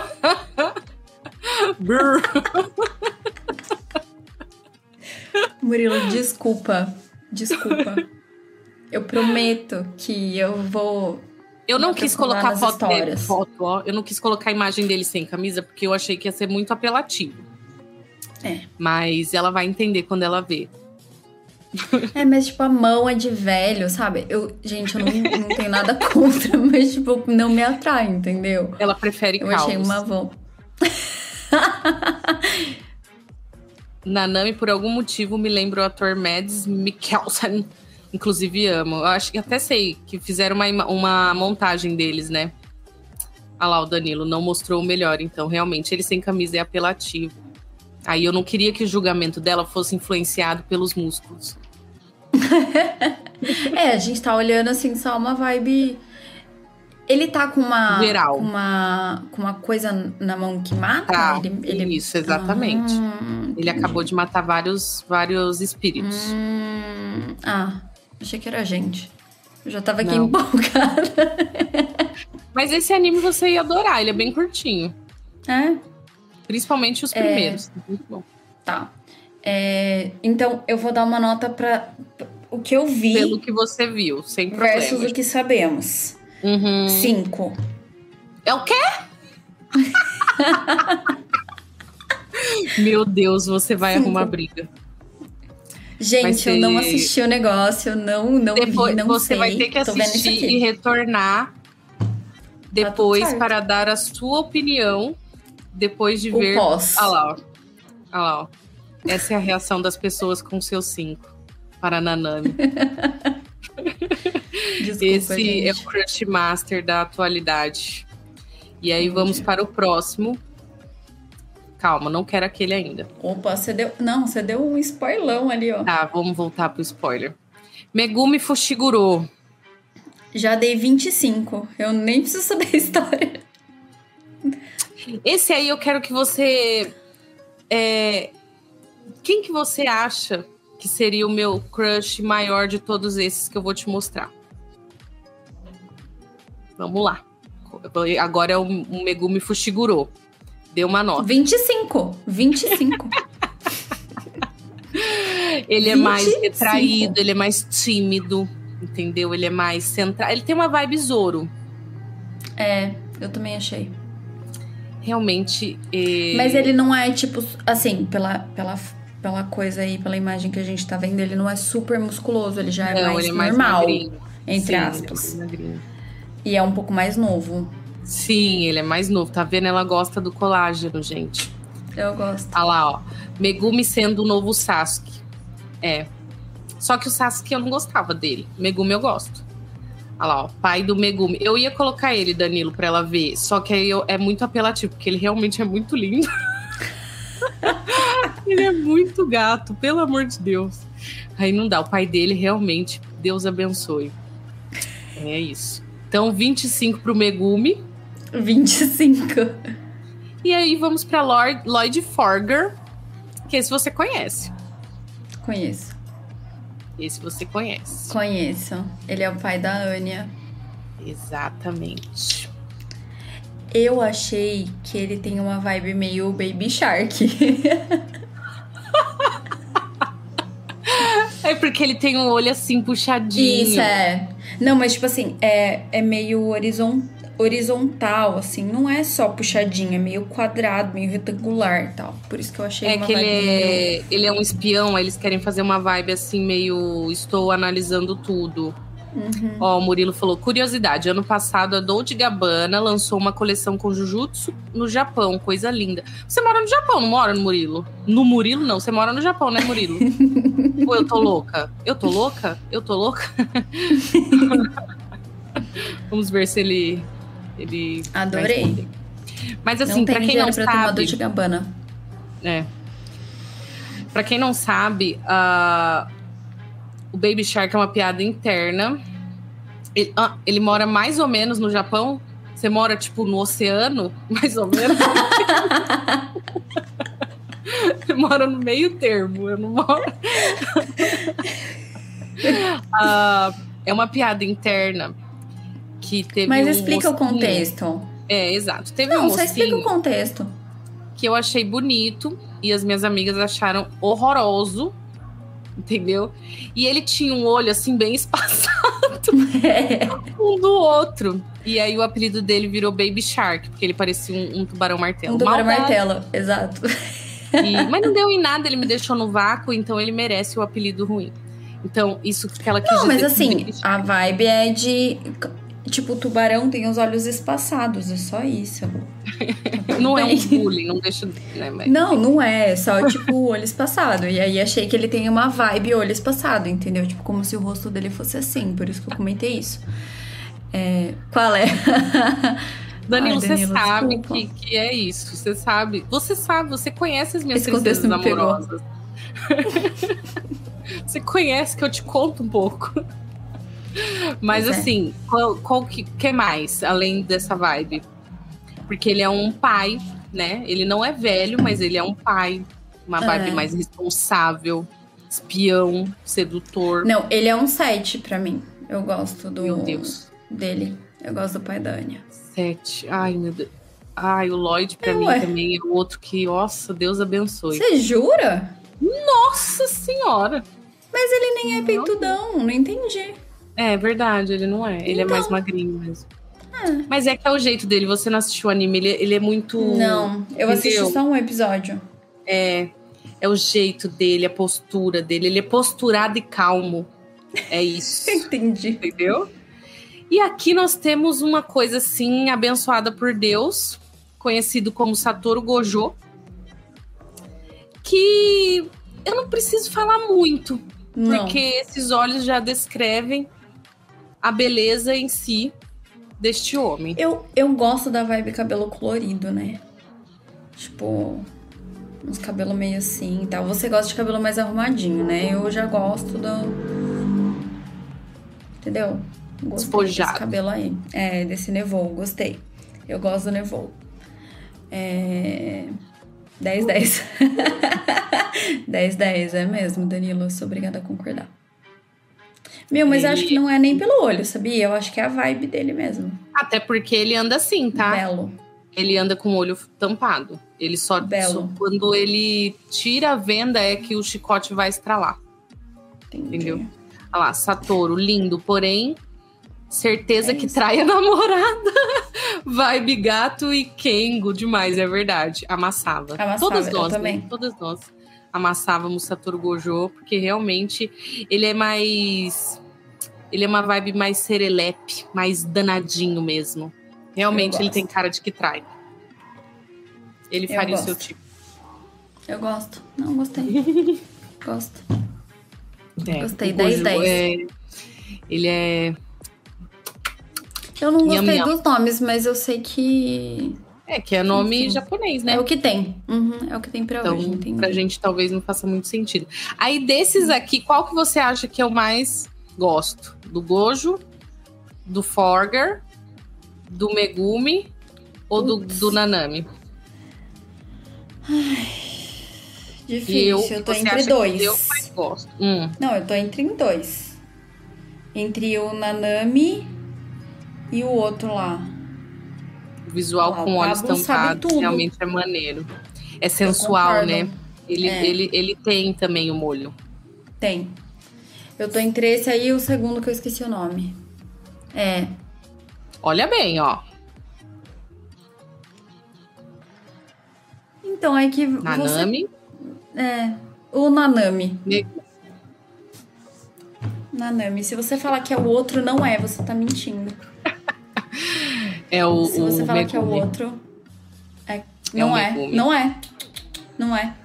Murilo, desculpa. Eu prometo que eu vou... Eu não quis colocar foto dele, ó. Eu não quis colocar a imagem dele sem camisa, porque eu achei que ia ser muito apelativo. Mas ela vai entender quando ela vê. Mas tipo, a mão é de velho, sabe? Gente, eu não tenho nada contra, mas tipo, não me atrai, entendeu? Ela prefere caos. Eu achei uma avó. Nanami, por algum motivo, me lembra o ator Mads Mikkelsen. Inclusive, amo. Eu acho que até sei que fizeram uma montagem deles, né? Ah lá, o Danilo não mostrou o melhor. Então, realmente, ele sem camisa é apelativo. Aí eu não queria que o julgamento dela fosse influenciado pelos músculos. A gente tá olhando assim, só uma vibe... Ele tá com uma... geral. Com uma coisa na mão que mata? Tá, isso, exatamente. Ele acabou de matar vários espíritos. Achei que era a gente. Eu já tava aqui empolgada. Mas esse anime você ia adorar, ele é bem curtinho. Principalmente os primeiros. Muito bom. Tá. Então, eu vou dar uma nota pra o que eu vi. Pelo que você viu, sem problema. Versus o que sabemos. 5. É o quê? Meu Deus, você vai 5. Arrumar briga. Gente, eu não assisti o negócio, eu não depois, vi, não você sei. Vai ter que assistir e retornar depois para dar a sua opinião depois de ver... pós. Olha lá, ó. Essa é a reação das pessoas com seus 5 para Nanami. Desculpa, esse gente. É o Crush Master da atualidade. E aí vamos para o próximo. Calma, não quero aquele ainda. Opa, você deu um spoilão ali, ó. Tá, vamos voltar pro spoiler. Megumi Fushiguro. Já dei 25. Eu nem preciso saber a história. Esse aí eu quero que você... Quem que você acha que seria o meu crush maior de todos esses que eu vou te mostrar? Vamos lá. Agora é o Megumi Fushiguro. Deu uma nota. 25. Ele é mais retraído, ele é mais tímido, entendeu? Ele é mais centrado. Ele tem uma vibe Zoro. Eu também achei. Realmente... Mas ele não é, tipo, assim, pela coisa aí, pela imagem que a gente tá vendo, ele não é super musculoso, ele já é mais normal, magrinho. Entre aspas. E é um pouco mais novo. Sim, ele é mais novo. Tá vendo? Ela gosta do colágeno, gente. Eu gosto. Olha lá, ó. Megumi sendo o novo Sasuke. Só que o Sasuke eu não gostava dele. Megumi eu gosto. Olha lá, ó. Pai do Megumi. Eu ia colocar ele, Danilo, pra ela ver. Só que aí é muito apelativo, porque ele realmente é muito lindo. Ele é muito gato, pelo amor de Deus. Aí não dá. O pai dele realmente, Deus abençoe. É isso. Então, 25 pro Megumi. 25. E aí, vamos pra Lloyd Forger, que esse você conhece. Conheço. Esse você conhece. Conheço. Ele é o pai da Anya. Exatamente. Eu achei que ele tem uma vibe meio Baby Shark. É porque ele tem um olho assim puxadinho. Isso, é. Não, mas tipo assim, é meio horizontal, assim. Não é só puxadinho, é meio quadrado, meio retangular e tal. Por isso que eu achei uma que vibe ele é um espião, aí eles querem fazer uma vibe assim, meio estou analisando tudo. Ó, o Murilo falou, curiosidade, ano passado a Dolce & Gabbana lançou uma coleção com Jujutsu no Japão, coisa linda. Você mora no Japão, não mora no Murilo? No Murilo não, você mora no Japão, né, Murilo? Ou eu tô louca? Eu tô louca? Eu tô louca? Vamos ver se ele Adorei. Mas assim, não pra quem não pra sabe... Dolce & Gabbana. Pra quem não sabe, o Baby Shark é uma piada interna. Ele mora mais ou menos no Japão. Você mora, tipo, no oceano, mais ou menos. Eu moro no meio termo. Eu não moro... é uma piada interna que teve Mas explica mocinho. O contexto. Exato. Teve não, um mocinho só explica o contexto. que eu achei bonito e as minhas amigas acharam horroroso. Entendeu? E ele tinha um olho, assim, bem espaçado. Um do outro. E aí o apelido dele virou Baby Shark, porque ele parecia um tubarão-martelo. Um tubarão-martelo, exato. Mas não deu em nada, ele me deixou no vácuo, então ele merece o apelido ruim. Então, isso que ela quis dizer. Não, mas assim, a vibe é de... Tipo, o tubarão tem os olhos espaçados, é só isso. Não é um bullying, não deixa... Né, mas... Não é, é só tipo o olho espaçado. E aí achei que ele tem uma vibe olho espaçado, entendeu? Tipo, como se o rosto dele fosse assim, por isso que eu comentei isso. Qual é? Danilo, você sabe que é isso, você sabe, você conhece as minhas princesas amorosas. Você conhece que eu te conto um pouco. Mas assim, qual que mais, além dessa vibe? Porque ele é um pai, né? Ele não é velho, mas ele é um pai. Uma vibe mais responsável, espião, sedutor. Não, ele é um 7 pra mim. Eu gosto Meu Deus. dele. Eu gosto do pai da Anya. 7. Ai, meu Deus. Ai, o Lloyd pra mim também é o outro que, nossa, Deus abençoe. Você jura? Nossa Senhora! Mas ele nem é peitudão, não entendi. É verdade, ele não é. Ele é mais magrinho mesmo. Mas é que é o jeito dele. Você não assistiu o anime, ele é muito... Não, eu assisti só um episódio. É o jeito dele, a postura dele. Ele é posturado e calmo. É isso. Entendi. Entendeu? E aqui nós temos uma coisa assim, abençoada por Deus, conhecido como Satoru Gojo, que eu não preciso falar muito, porque esses olhos já descrevem a beleza em si deste homem. Eu gosto da vibe cabelo colorido, né? Tipo, uns cabelos meio assim e tal. Você gosta de cabelo mais arrumadinho, né? Eu já gosto do... Entendeu? Gostei desse cabelo aí. Desse Nevou, gostei. Eu gosto do Nevou. 10-10. 10-10, é mesmo, Danilo. Eu sou obrigada a concordar. Mas eu acho que não é nem pelo olho, sabia? Eu acho que é a vibe dele mesmo. Até porque ele anda assim, tá? Belo. Ele anda com o olho tampado. Ele só quando ele tira a venda é que o chicote vai estralar. Entendeu? Olha lá, Satoru, lindo, porém, certeza que trai a namorada. Vibe gato e Kengo demais, é verdade. Amassava. Todas nós, também. Né? Todas nós amassávamos Satoru Gojo, porque realmente ele é mais... Ele é uma vibe mais serelepe, mais danadinho mesmo. Realmente ele tem cara de que trai. Ele faria o seu tipo. Eu gosto. Não, gostei. Gosto. Gostei, 10-10. Ele é... Eu não gostei dos nomes, mas eu sei que... que é nome japonês, né? É o que tem. É o que tem pra hoje, entendi. Pra gente talvez não faça muito sentido. Aí desses aqui, qual que você acha que eu mais gosto? Do Gojo, do Forger, do Megumi ou do Nanami? Ai, difícil, eu tô entre dois. Eu mais gosto. Não, eu tô entre dois. Entre o Nanami e o outro lá. visual com olhos tampados realmente é maneiro. É sensual, né? Ele tem também o molho. Tem. Eu tô entre esse aí e o segundo que eu esqueci o nome. Olha bem, ó. Então, é que Nanami. O Nanami. Nanami. Se você falar que é o outro, não é. Você tá mentindo. Se você falar que é o outro... Não é. Não é.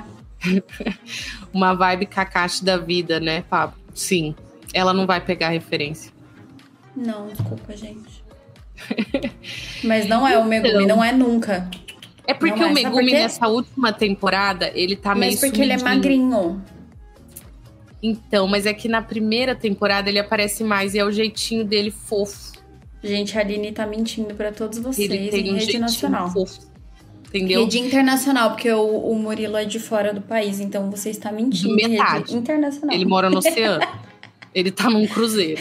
Uma vibe Kakashi da vida, né, Pablo? Sim. Ela não vai pegar a referência. Não, desculpa, gente. Mas não é o Megumi, não é nunca. É porque o Megumi, nessa última temporada, ele tá meio sumidinho. Mas porque ele é magrinho. Então, mas é que na primeira temporada ele aparece mais e é o jeitinho dele fofo. Gente, a Aline tá mentindo pra todos vocês ele tem em rede nacional. Fofo, entendeu? Rede internacional, porque o Murilo é de fora do país, então você está mentindo. Metade. Rede internacional. Ele mora no oceano. Ele tá num cruzeiro.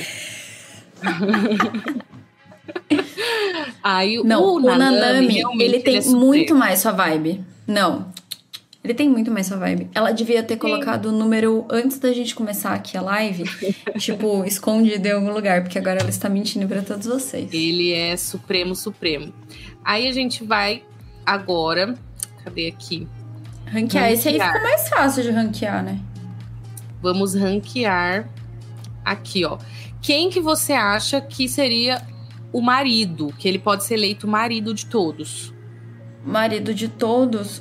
Aí, o Nanami, ele tem muito mais sua vibe. Não. Ele tem muito mais sua vibe. Ela devia ter colocado o número antes da gente começar aqui a live. Tipo, escondido em algum lugar. Porque agora ela está mentindo pra todos vocês. Ele é supremo. Aí a gente vai agora... Cadê aqui? Ranquear. Esse aí ficou mais fácil de ranquear, né? Vamos ranquear aqui, ó. Quem que você acha que seria o marido? Que ele pode ser eleito o marido de todos. Marido de todos,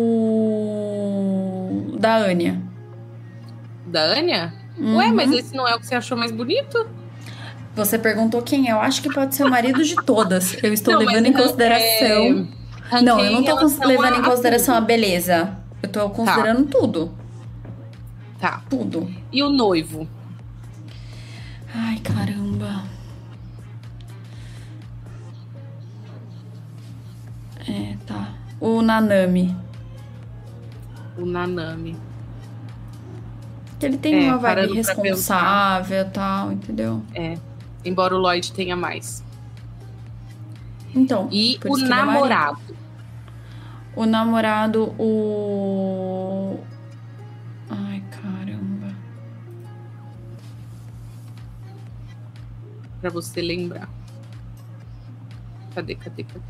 o da Anya. Da Anya? Uhum. Ué, mas esse não é o que você achou mais bonito? Você perguntou quem é. Eu acho que pode ser o marido de todas. Eu estou levando em consideração... Não, eu não tô levando em consideração a beleza. Eu tô considerando tudo. Tá. Tudo. E o noivo? Ai, caramba. Tá. O Nanami. Ele tem uma vibe responsável e tal, entendeu? Embora o Lloyd tenha mais. Então. E o namorado? O namorado, Ai, caramba. Pra você lembrar. Cadê?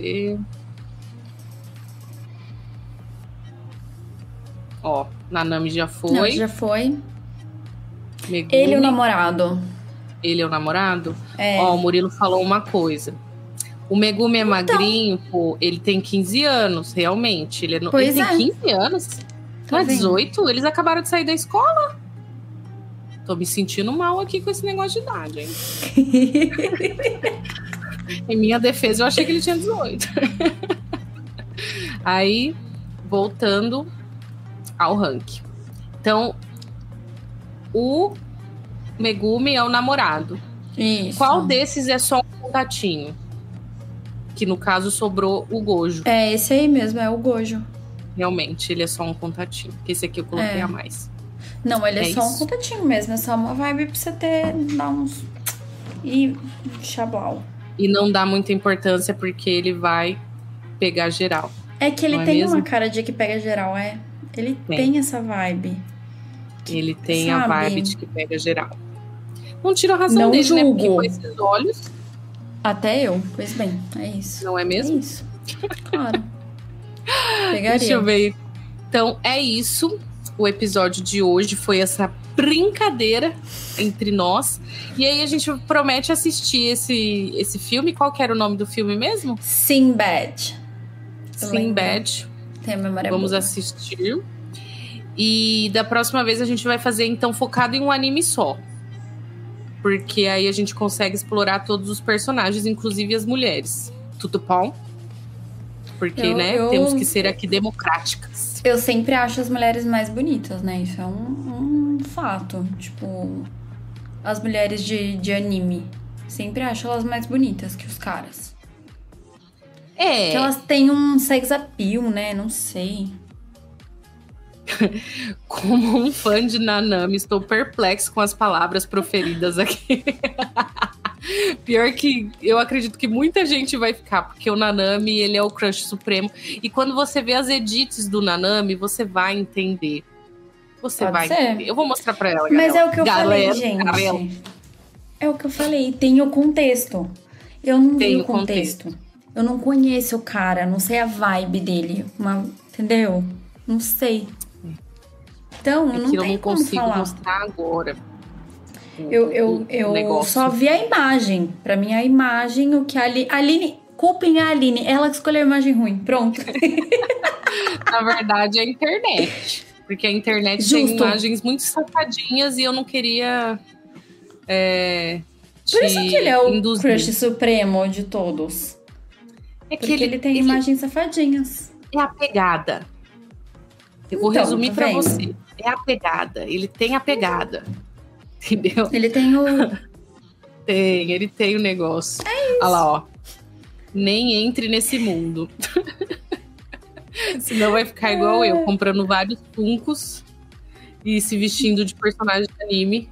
Ó, Nanami já foi. Não, já foi. Megumi. Ele é o namorado. Ele é o namorado? Ó, o Murilo falou uma coisa. O Megumi é magrinho, pô, ele tem 15 anos, realmente. Ele tem 15 anos? Não é 18? Eles acabaram de sair da escola. Tô me sentindo mal aqui com esse negócio de idade, hein? Em minha defesa, eu achei que ele tinha 18. Aí, voltando ao ranking. Então, o Megumi é o namorado. Isso. Qual desses é só um contatinho? Que no caso sobrou o Gojo. Esse aí mesmo, é o Gojo. Realmente, ele é só um contatinho. Porque esse aqui eu coloquei a mais. Não, ele é só um contatinho mesmo. É só uma vibe pra você dar uns... E chablau. E não dá muita importância porque ele vai pegar geral. É que ele tem uma cara de que pega geral, Ele tem essa vibe. Ele tem a vibe de que pega geral. Não tira a razão dele, né? Porque com esses olhos... Até eu. Pois bem, é isso. Não é mesmo? É isso. Claro. Pegaria. Deixa eu ver. Então, é isso. O episódio de hoje foi essa brincadeira entre nós. E aí a gente promete assistir esse filme. Qual que era o nome do filme mesmo? Sinbad. Sinbad. Tem a memória Vamos boa. assistir. E da próxima vez a gente vai fazer, então, focado em um anime só. Porque aí a gente consegue explorar todos os personagens, inclusive as mulheres. Tudo bom? Porque, temos que ser aqui democráticas. Eu sempre acho as mulheres mais bonitas, né? Isso é um fato. Tipo, as mulheres de anime. Sempre acho elas mais bonitas que os caras. Porque elas têm um sex appeal, né? Não sei. Como um fã de Nanami, estou perplexo com as palavras proferidas aqui. Pior que eu acredito que muita gente vai ficar, porque o Nanami, ele é o crush supremo. E quando você vê as edits do Nanami, você vai entender. Você vai entender. Eu vou mostrar pra ela, Mas é o que eu falei, gente. É o que eu falei, tem o contexto. Eu não vi o contexto. Eu não conheço o cara, não sei a vibe dele. Entendeu? Não sei. Então, não tem como falar. Eu não consigo mostrar agora. Eu só vi a imagem. Pra mim, a imagem, o que a Aline... Culpem a Aline, ela que escolheu a imagem ruim. Pronto. Na verdade, é a internet. Porque a internet tem imagens muito safadinhas e eu não queria... Por isso que ele é o crush supremo de todos. Porque ele tem imagens safadinhas. É a pegada. Eu vou resumir pra você. É a pegada. Ele tem a pegada. Entendeu? Ele tem o... Ele tem o negócio. É isso. Olha lá, ó. Nem entre nesse mundo. Senão vai ficar igual eu, comprando vários Funkos e se vestindo de personagem de anime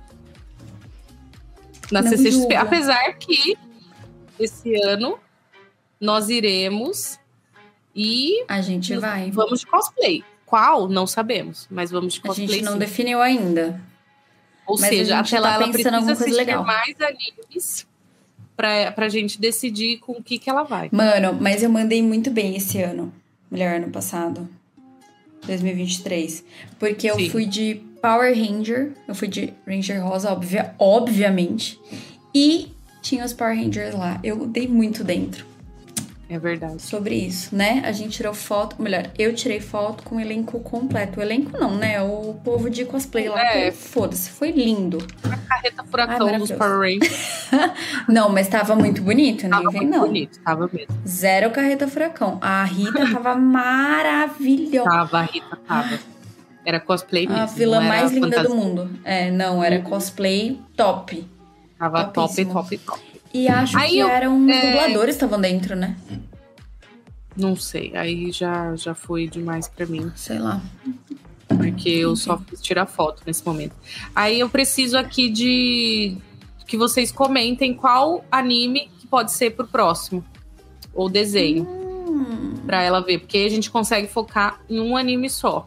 na CCXP. Apesar que esse ano nós iremos e... A gente vai. Vamos de cosplay. Qual? Não sabemos, mas vamos de cosplay. A gente não definiu ainda. Ou seja, até lá ela precisa assistir mais animes pra gente decidir com o que ela vai. Mano, mas eu mandei muito bem esse ano. Melhor, ano passado. 2023. Porque eu fui de Power Ranger. Eu fui de Ranger Rosa, obviamente. E tinha os Power Rangers lá. Eu dei muito dentro. É verdade. Sobre isso, né? A gente tirou foto... Melhor, eu tirei foto com o elenco completo. O elenco não, né? O povo de cosplay lá. Foda-se, foi lindo. A carreta furacão dos Power Rangers. Não, mas tava muito bonito, né? Tava muito bonito, tava mesmo. Zero carreta furacão. A Rita tava maravilhosa. A Rita tava. Era cosplay mesmo. A vilã mais linda do mundo. Era cosplay top. Tava top. E acho que eram dubladores que estavam dentro, né? Não sei. Aí já foi demais pra mim. Sei lá. Porque eu só fiz tirar foto nesse momento. Aí eu preciso aqui de que vocês comentem qual anime que pode ser pro próximo. Ou desenho. Pra ela ver. Porque aí a gente consegue focar em um anime só.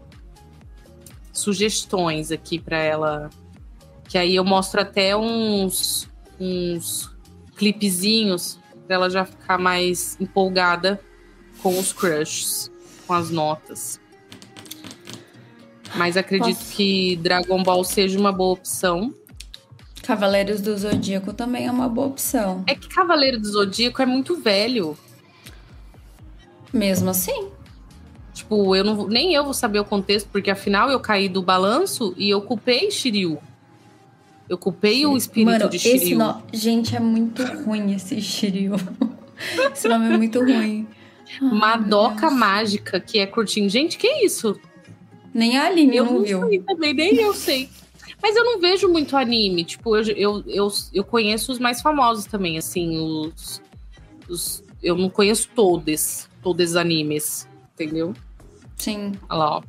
Sugestões aqui pra ela. Que aí eu mostro até uns clipezinhos pra ela já ficar mais empolgada com os crushes, com as notas. Mas acredito que Dragon Ball seja uma boa opção. Cavaleiros do Zodíaco também é uma boa opção. É que Cavaleiro do Zodíaco é muito velho. Mesmo assim. Tipo, nem eu vou saber o contexto, porque afinal eu caí do balanço e eu culpei Shiryu. Eu culpei o espírito de Shiryu. Gente, é muito ruim esse Shiryu. Esse nome é muito ruim. Madoka Mágica, que é curtinho. Gente, que isso? Nem a Aline não viu. Sei também, nem eu sei. Mas eu não vejo muito anime. Tipo, eu conheço os mais famosos também, assim. Eu não conheço todos os animes, entendeu? Sim. Olha lá, ó.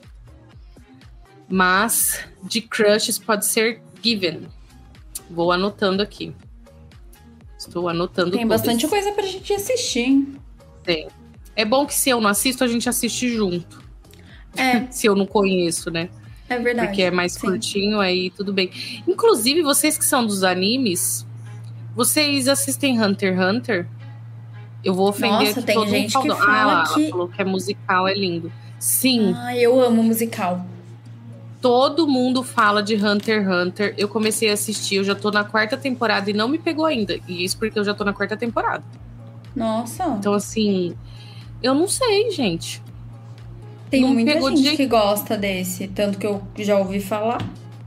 Mas de crushes pode ser Given. Vou anotando aqui. Estou anotando. Tem bastante coisa pra gente assistir, hein? Tem. É bom que se eu não assisto, a gente assiste junto. Se eu não conheço, né? É verdade. Porque é mais curtinho, aí tudo bem. Inclusive, vocês que são dos animes, vocês assistem Hunter x Hunter? Eu vou ofender Nossa, aqui tem todo mundo gente que fala ela que... falou que é musical, é lindo. Sim. Eu amo musical. Todo mundo fala de Hunter x Hunter. Eu comecei a assistir, eu já tô na 4ª temporada e não me pegou ainda. E isso porque eu já tô na 4ª temporada. Nossa. Então, assim, eu não sei, gente. Tem muita gente que gosta desse, tanto que eu já ouvi falar.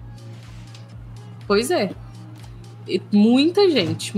Pois é. Muita gente.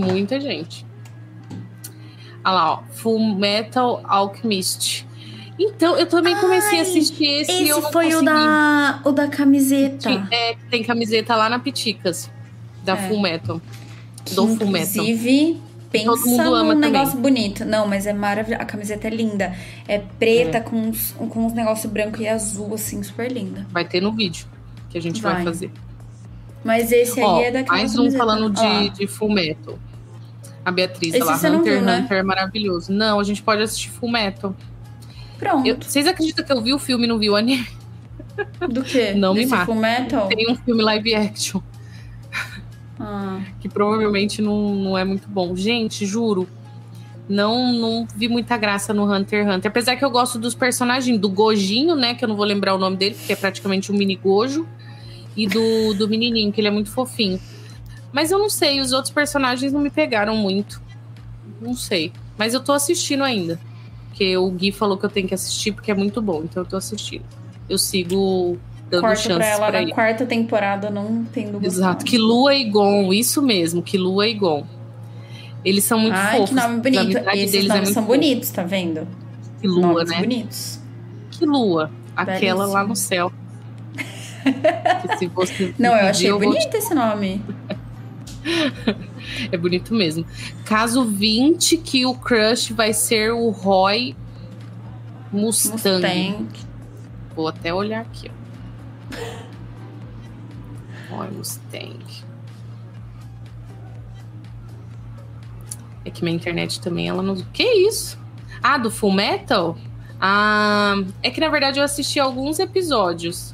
Olha lá, ó. Full Metal Alchemist. Então, eu também comecei a assistir esse e eu não foi consegui. o da camiseta. Tem camiseta lá na Piticas. Da Full Metal. Do Full Metal. Inclusive, pensa todo mundo ama num também. negócio bonito. Não, mas é maravilhoso. A camiseta é linda. É preta com uns negócios branco e azul, assim, super linda. Vai ter no vídeo que a gente vai fazer. Mas esse aí é daquela mais camiseta. falando de Fullmetal. A Beatriz, esse ela, você não viu, né? Hunter é maravilhoso. Não, a gente pode assistir Fullmetal. Pronto. Vocês acreditam que eu vi o filme e não vi o anime? Do quê? Não me mata. Fullmetal? Tem um filme live action. Que provavelmente não é muito bom. Gente, juro. Não vi muita graça no Hunter x Hunter. Apesar que eu gosto dos personagens. Do Gojinho, né? Que eu não vou lembrar o nome dele, porque é praticamente um mini Gojo. E do menininho, que ele é muito fofinho. Mas eu não sei, os outros personagens não me pegaram muito. Não sei. Mas eu tô assistindo ainda. Porque o Gui falou que eu tenho que assistir, porque é muito bom. Então eu tô assistindo. Eu sigo dando chances pra ela pra na ele. quarta temporada, não tendo gostado. Exato. Killua e Gon, isso mesmo. Killua e Gon. Eles são muito fofos. Que nome bonito. Esses nomes são bonitos, tá vendo? Killua, nomes né? bonitos. Killua. Aquela Belíssimo. lá no céu. Que se você não, eu pedir, achei bonito esse nome. É bonito mesmo. Caso 20, que o crush vai ser o Roy Mustang. Vou até olhar aqui, ó. Roy Mustang. É que minha internet também, ela não... Que isso? Ah, do Fullmetal? É que na verdade eu assisti alguns episódios.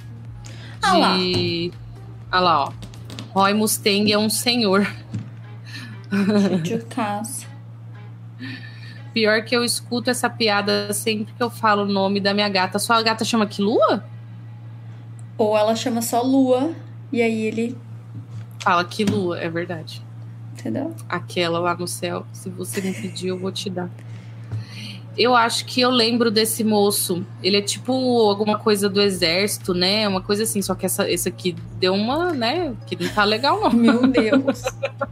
Ah lá, ó. Roy Mustang é um senhor. De casa. Pior que eu escuto essa piada sempre que eu falo o nome da minha gata. Sua gata chama Killua? Ou ela chama só Lua, e aí ele... Fala Killua, é verdade. Entendeu? Aquela lá no céu, se você me pedir, eu vou te dar. Eu acho que eu lembro desse moço. Ele é tipo alguma coisa do exército, né? Uma coisa assim, só que esse aqui deu uma, né? Que não tá legal, não. Meu Deus.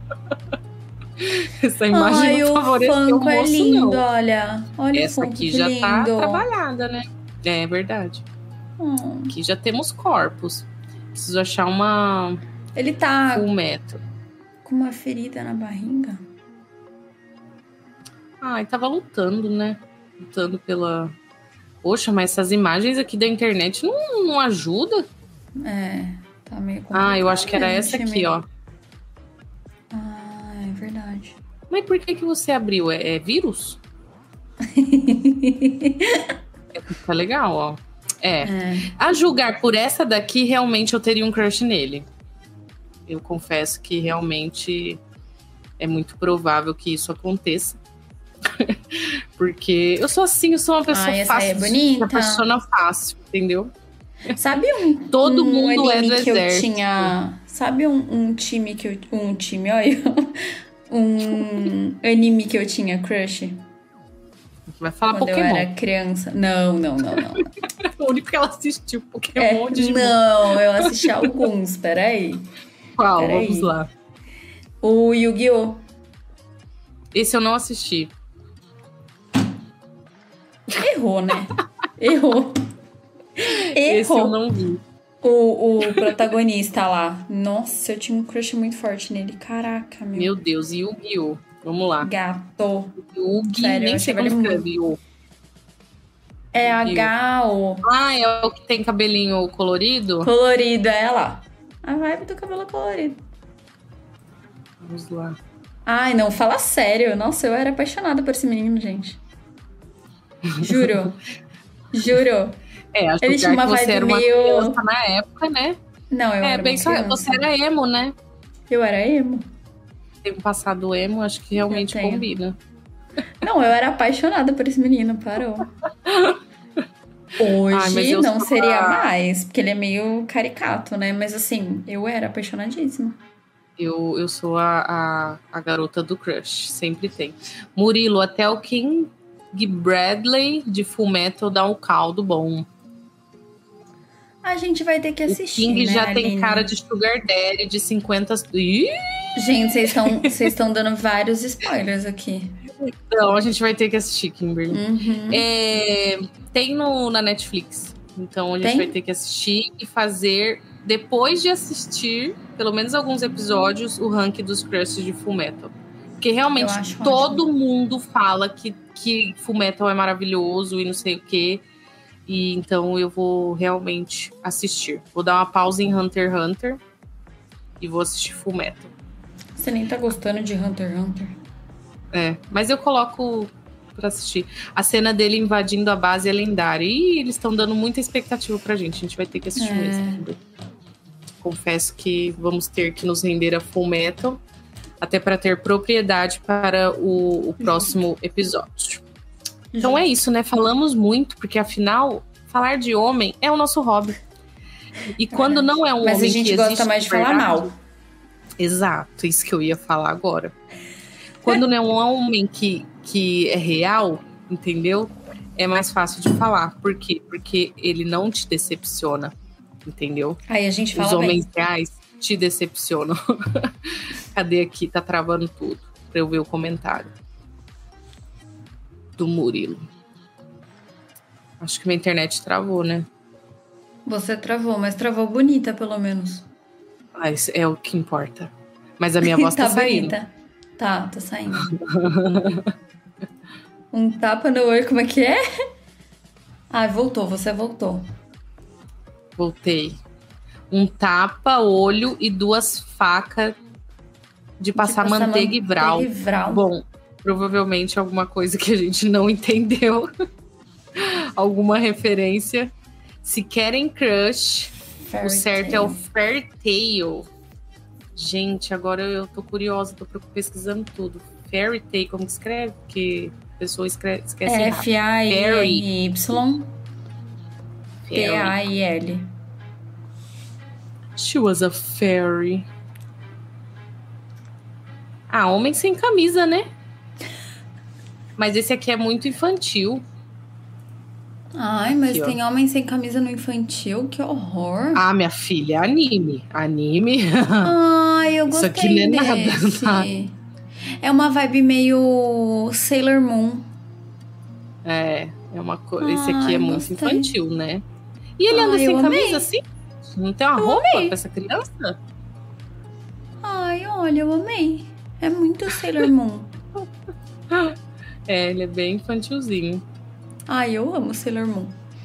Essa imagem não favoreceu o moço, é lindo, não. Olha essa aqui já lindo. tá trabalhada, né? É verdade. Aqui já temos corpos. Preciso achar uma... Ele tá... Fullmetal. Com uma ferida na barriga. Ele tava lutando, né? Lutando pela... Poxa, mas essas imagens aqui da internet não ajudam? Tá meio complicado. Eu acho que era essa aqui, ó. É verdade. Mas por que você abriu? É vírus? Tá legal, ó. A julgar por essa daqui, realmente eu teria um crush nele. Eu confesso que realmente é muito provável que isso aconteça. Porque eu sou assim, eu sou uma pessoa fácil. Bonita. Se apaixona fácil, entendeu? Sabe Todo mundo é do que exército. Eu tinha... Sabe um time que eu... Um time, olha. Um anime que eu tinha crush? Vai falar quando Pokémon. eu era criança. Não. O único que ela assistiu Pokémon de Não, eu assisti alguns, peraí. Qual? Vamos lá. O Yu-Gi-Oh! Esse eu não assisti. Errou, né? Errou. Esse eu não vi. O protagonista lá. Nossa, eu tinha um crush muito forte nele. Caraca, meu. Meu Deus, Yu-Gi-Oh! Vamos lá. Gato. Yu-Gi, Sério, nem sei como escreve. É H-O. É o que tem cabelinho colorido? Colorido, é lá. A vibe do cabelo colorido. Vamos lá. Não, fala sério. Nossa, eu era apaixonada por esse menino, gente. Juro. Acho ele tinha uma que você vibe era uma criança na época, né? Não, eu era bem uma criança. Você era emo, né? Eu era emo. Tem um passado emo, acho que realmente combina. Não, eu era apaixonada por esse menino, parou. Hoje não seria mais, porque ele é meio caricato, né? Mas assim, eu era apaixonadíssima. Eu sou a garota do crush, sempre tem. Murilo, até o King Bradley de Fullmetal dá um caldo bom. A gente vai ter que assistir, o King né, já Aline? tem cara de sugar daddy de 50... Ih! Gente, vocês estão dando vários spoilers aqui. Então, a gente vai ter que assistir, Kimberly. Uhum. Tem na Netflix. Então, a gente vai ter que assistir e fazer, depois de assistir, pelo menos alguns episódios, o ranking dos crushes de Fullmetal. Porque realmente todo mundo fala que Fullmetal é maravilhoso e não sei o quê. E então eu vou realmente assistir. Vou dar uma pausa em Hunter x Hunter. e vou assistir Fullmetal. Você nem tá gostando de Hunter x Hunter? Mas eu coloco pra assistir. A cena dele invadindo a base é lendária. E eles estão dando muita expectativa pra gente. A gente vai ter que assistir mesmo. Entendeu? Confesso que vamos ter que nos render a Fullmetal, até para ter propriedade para o próximo episódio. Então é isso, né? Falamos muito, porque afinal, falar de homem é o nosso hobby. E quando não é um homem que existe... Mas a gente gosta mais de falar mal. Exato, isso que eu ia falar agora. Quando não é um homem que é real, entendeu? É mais fácil de falar. Por quê? Porque ele não te decepciona, entendeu? Aí a gente fala Os homens reais te decepcionam. Cadê aqui? Tá travando tudo. Pra eu ver o comentário do Murilo. Acho que minha internet travou, né? Você travou, mas travou bonita, pelo menos. Isso é o que importa. Mas a minha voz tá saindo. Bonita. Tá saindo. Um tapa no olho, como é que é? Voltou, você voltou. Voltei. Um tapa, olho e 2 facas de passar manteiga e vral. Bom, provavelmente alguma coisa que a gente não entendeu. Alguma referência. Se querem crush, o certo é o Fairy Tail. Gente, agora eu tô curiosa, tô pesquisando tudo. Fairy Tail, como que escreve? Porque a pessoa esquece F-A-I-R-Y T-A-I-L. She was a fairy. Homem sem camisa, né? Mas esse aqui é muito infantil. Mas aqui, tem homem sem camisa no infantil? Que horror. Minha filha, anime. Eu gostei. Isso aqui não é nada. É uma vibe meio Sailor Moon. É uma coisa. Esse aqui é muito infantil, né? E ele anda sem camisa assim? Não tem uma roupa pra essa criança? Olha, eu amei. É muito Sailor Moon. Ele é bem infantilzinho. Eu amo Sailor Moon.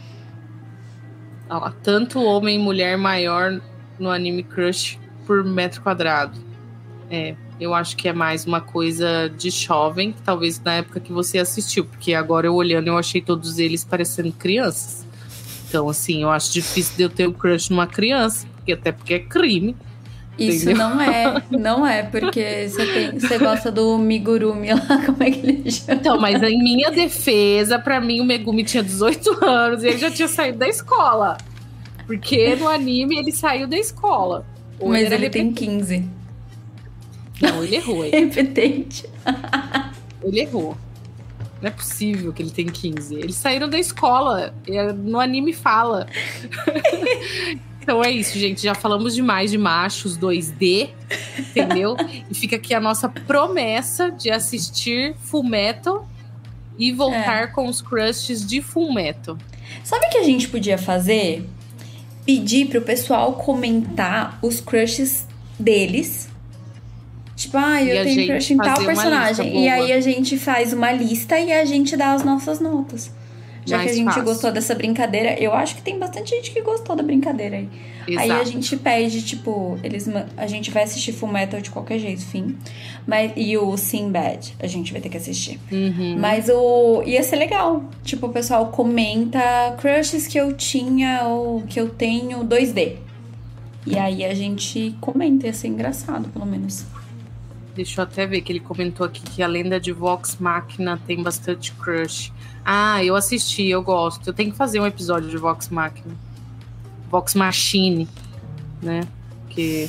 Tanto homem e mulher maior no anime crush por metro quadrado. Eu acho que é mais uma coisa de jovem, talvez na época que você assistiu, porque agora eu olhando eu achei todos eles parecendo crianças. Então, assim, eu acho difícil de eu ter um crush numa criança, porque é crime. Isso entendeu? Não é, porque você gosta do Megurumi lá, como é que ele chama? Então, mas em minha defesa, pra mim o Megumi tinha 18 anos e ele já tinha saído da escola. Porque no anime ele saiu da escola. Mas ele tem 15. Não, ele errou. Repetente. Ele errou. Não é possível que ele tem 15. Eles saíram da escola. No anime fala. Então é isso, gente. Já falamos demais de machos 2D, entendeu? E fica aqui a nossa promessa de assistir Fullmetal e voltar com os crushes de Fullmetal. Sabe o que a gente podia fazer? Pedir pro pessoal comentar os crushes deles. Tipo, eu tenho crush em tal personagem. E aí a gente faz uma lista e a gente dá as nossas notas. Já que a gente gostou dessa brincadeira, eu acho que tem bastante gente que gostou da brincadeira aí. Exato. Aí a gente pede, tipo, a gente vai assistir Fullmetal de qualquer jeito, fim. E o Sinbad, a gente vai ter que assistir. Uhum. Mas ia ser legal. Tipo, o pessoal comenta crushes que eu tinha ou que eu tenho 2D. E aí a gente comenta, ia ser engraçado, pelo menos. Deixa eu até ver que ele comentou aqui que a lenda de Vox Machina tem bastante crush. Eu assisti, eu gosto. Eu tenho que fazer um episódio de Vox Machina. Vox Machine, né? Porque...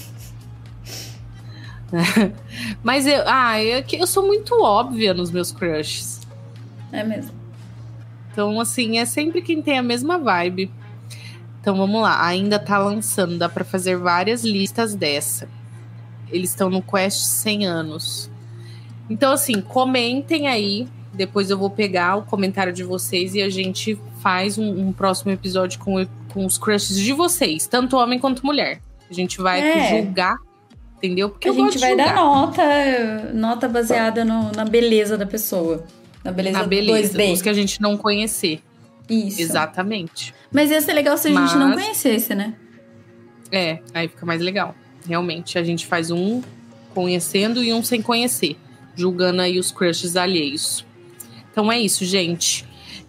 Mas eu sou muito óbvia nos meus crushes. É mesmo. Então, assim, é sempre quem tem a mesma vibe. Então, vamos lá. Ainda tá lançando, dá pra fazer várias listas dessa. Eles estão no Quest 100 anos. Então, assim, comentem aí. Depois eu vou pegar o comentário de vocês e a gente faz um próximo episódio com os crushes de vocês. Tanto homem quanto mulher. A gente vai julgar, entendeu? Porque a gente vai dar nota baseada na beleza da pessoa. Na beleza 2D. Os que a gente não conhecer. Isso. Exatamente. Mas ia ser legal se a gente não conhecesse, né? Aí fica mais legal. Realmente, a gente faz um conhecendo e um sem conhecer, julgando aí os crushes alheios. Então é isso, gente.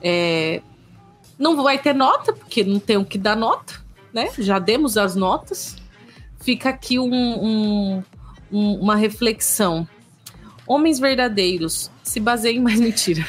Não vai ter nota, porque não tem o que dar nota, né? Já demos as notas. Fica aqui uma reflexão. Homens verdadeiros se baseiam em mais mentira.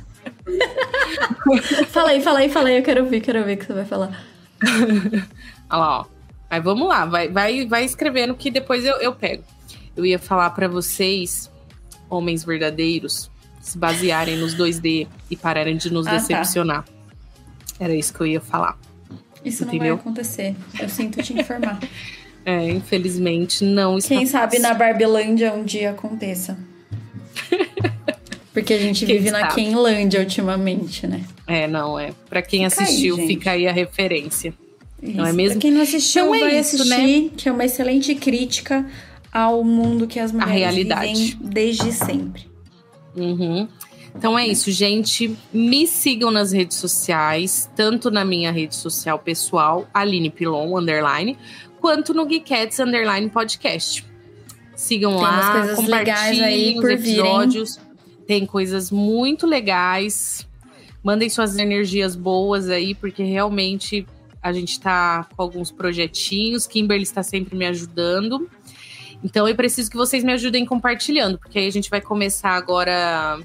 Fala aí, eu quero ver o que você vai falar. Olha lá, ó. Mas vamos lá, vai escrevendo que depois eu pego. Eu ia falar pra vocês, homens verdadeiros, se basearem nos 2D e pararem de nos decepcionar. Tá. Era isso que eu ia falar. Isso entendeu? Não vai acontecer. Eu sinto te informar. Infelizmente não está Quem sabe na Barbilândia um dia aconteça. Porque a gente vive na Kenlândia ultimamente, né? Pra quem assistiu, fica aí a referência. Isso. Não é mesmo? Pra quem não assistiu, então vai assistir, né? Que é uma excelente crítica ao mundo que as mulheres vivem desde sempre. Uhum. Então é isso, gente. Me sigam nas redes sociais, tanto na minha rede social pessoal, Aline Pilon, _, quanto no Geekettes _ podcast. Sigam lá, compartilhem aí os episódios. Tem coisas muito legais. Mandem suas energias boas aí, porque realmente a gente tá com alguns projetinhos. Kimberly está sempre me ajudando. Então eu preciso que vocês me ajudem compartilhando, porque aí a gente vai começar agora...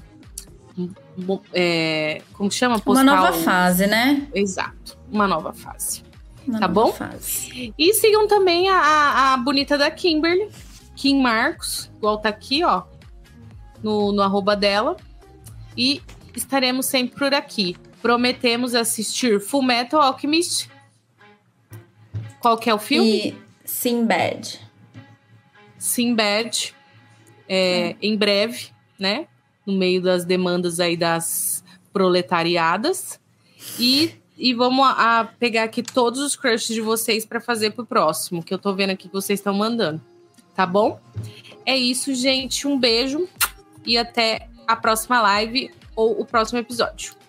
como chama? Uma nova fase, né? Exato, uma nova fase. Tá bom? Fase. E sigam também a bonita da Kimberly, Kim Marcos, igual tá aqui, ó, no arroba dela. E estaremos sempre por aqui. Prometemos assistir Fullmetal Alchemist. Qual que é o filme? E Sinbad. Sinbad. Em breve, né? No meio das demandas aí das proletariadas. E vamos pegar aqui todos os crushes de vocês para fazer pro próximo, que eu tô vendo aqui que vocês estão mandando. Tá bom? É isso, gente. Um beijo e até a próxima live ou o próximo episódio.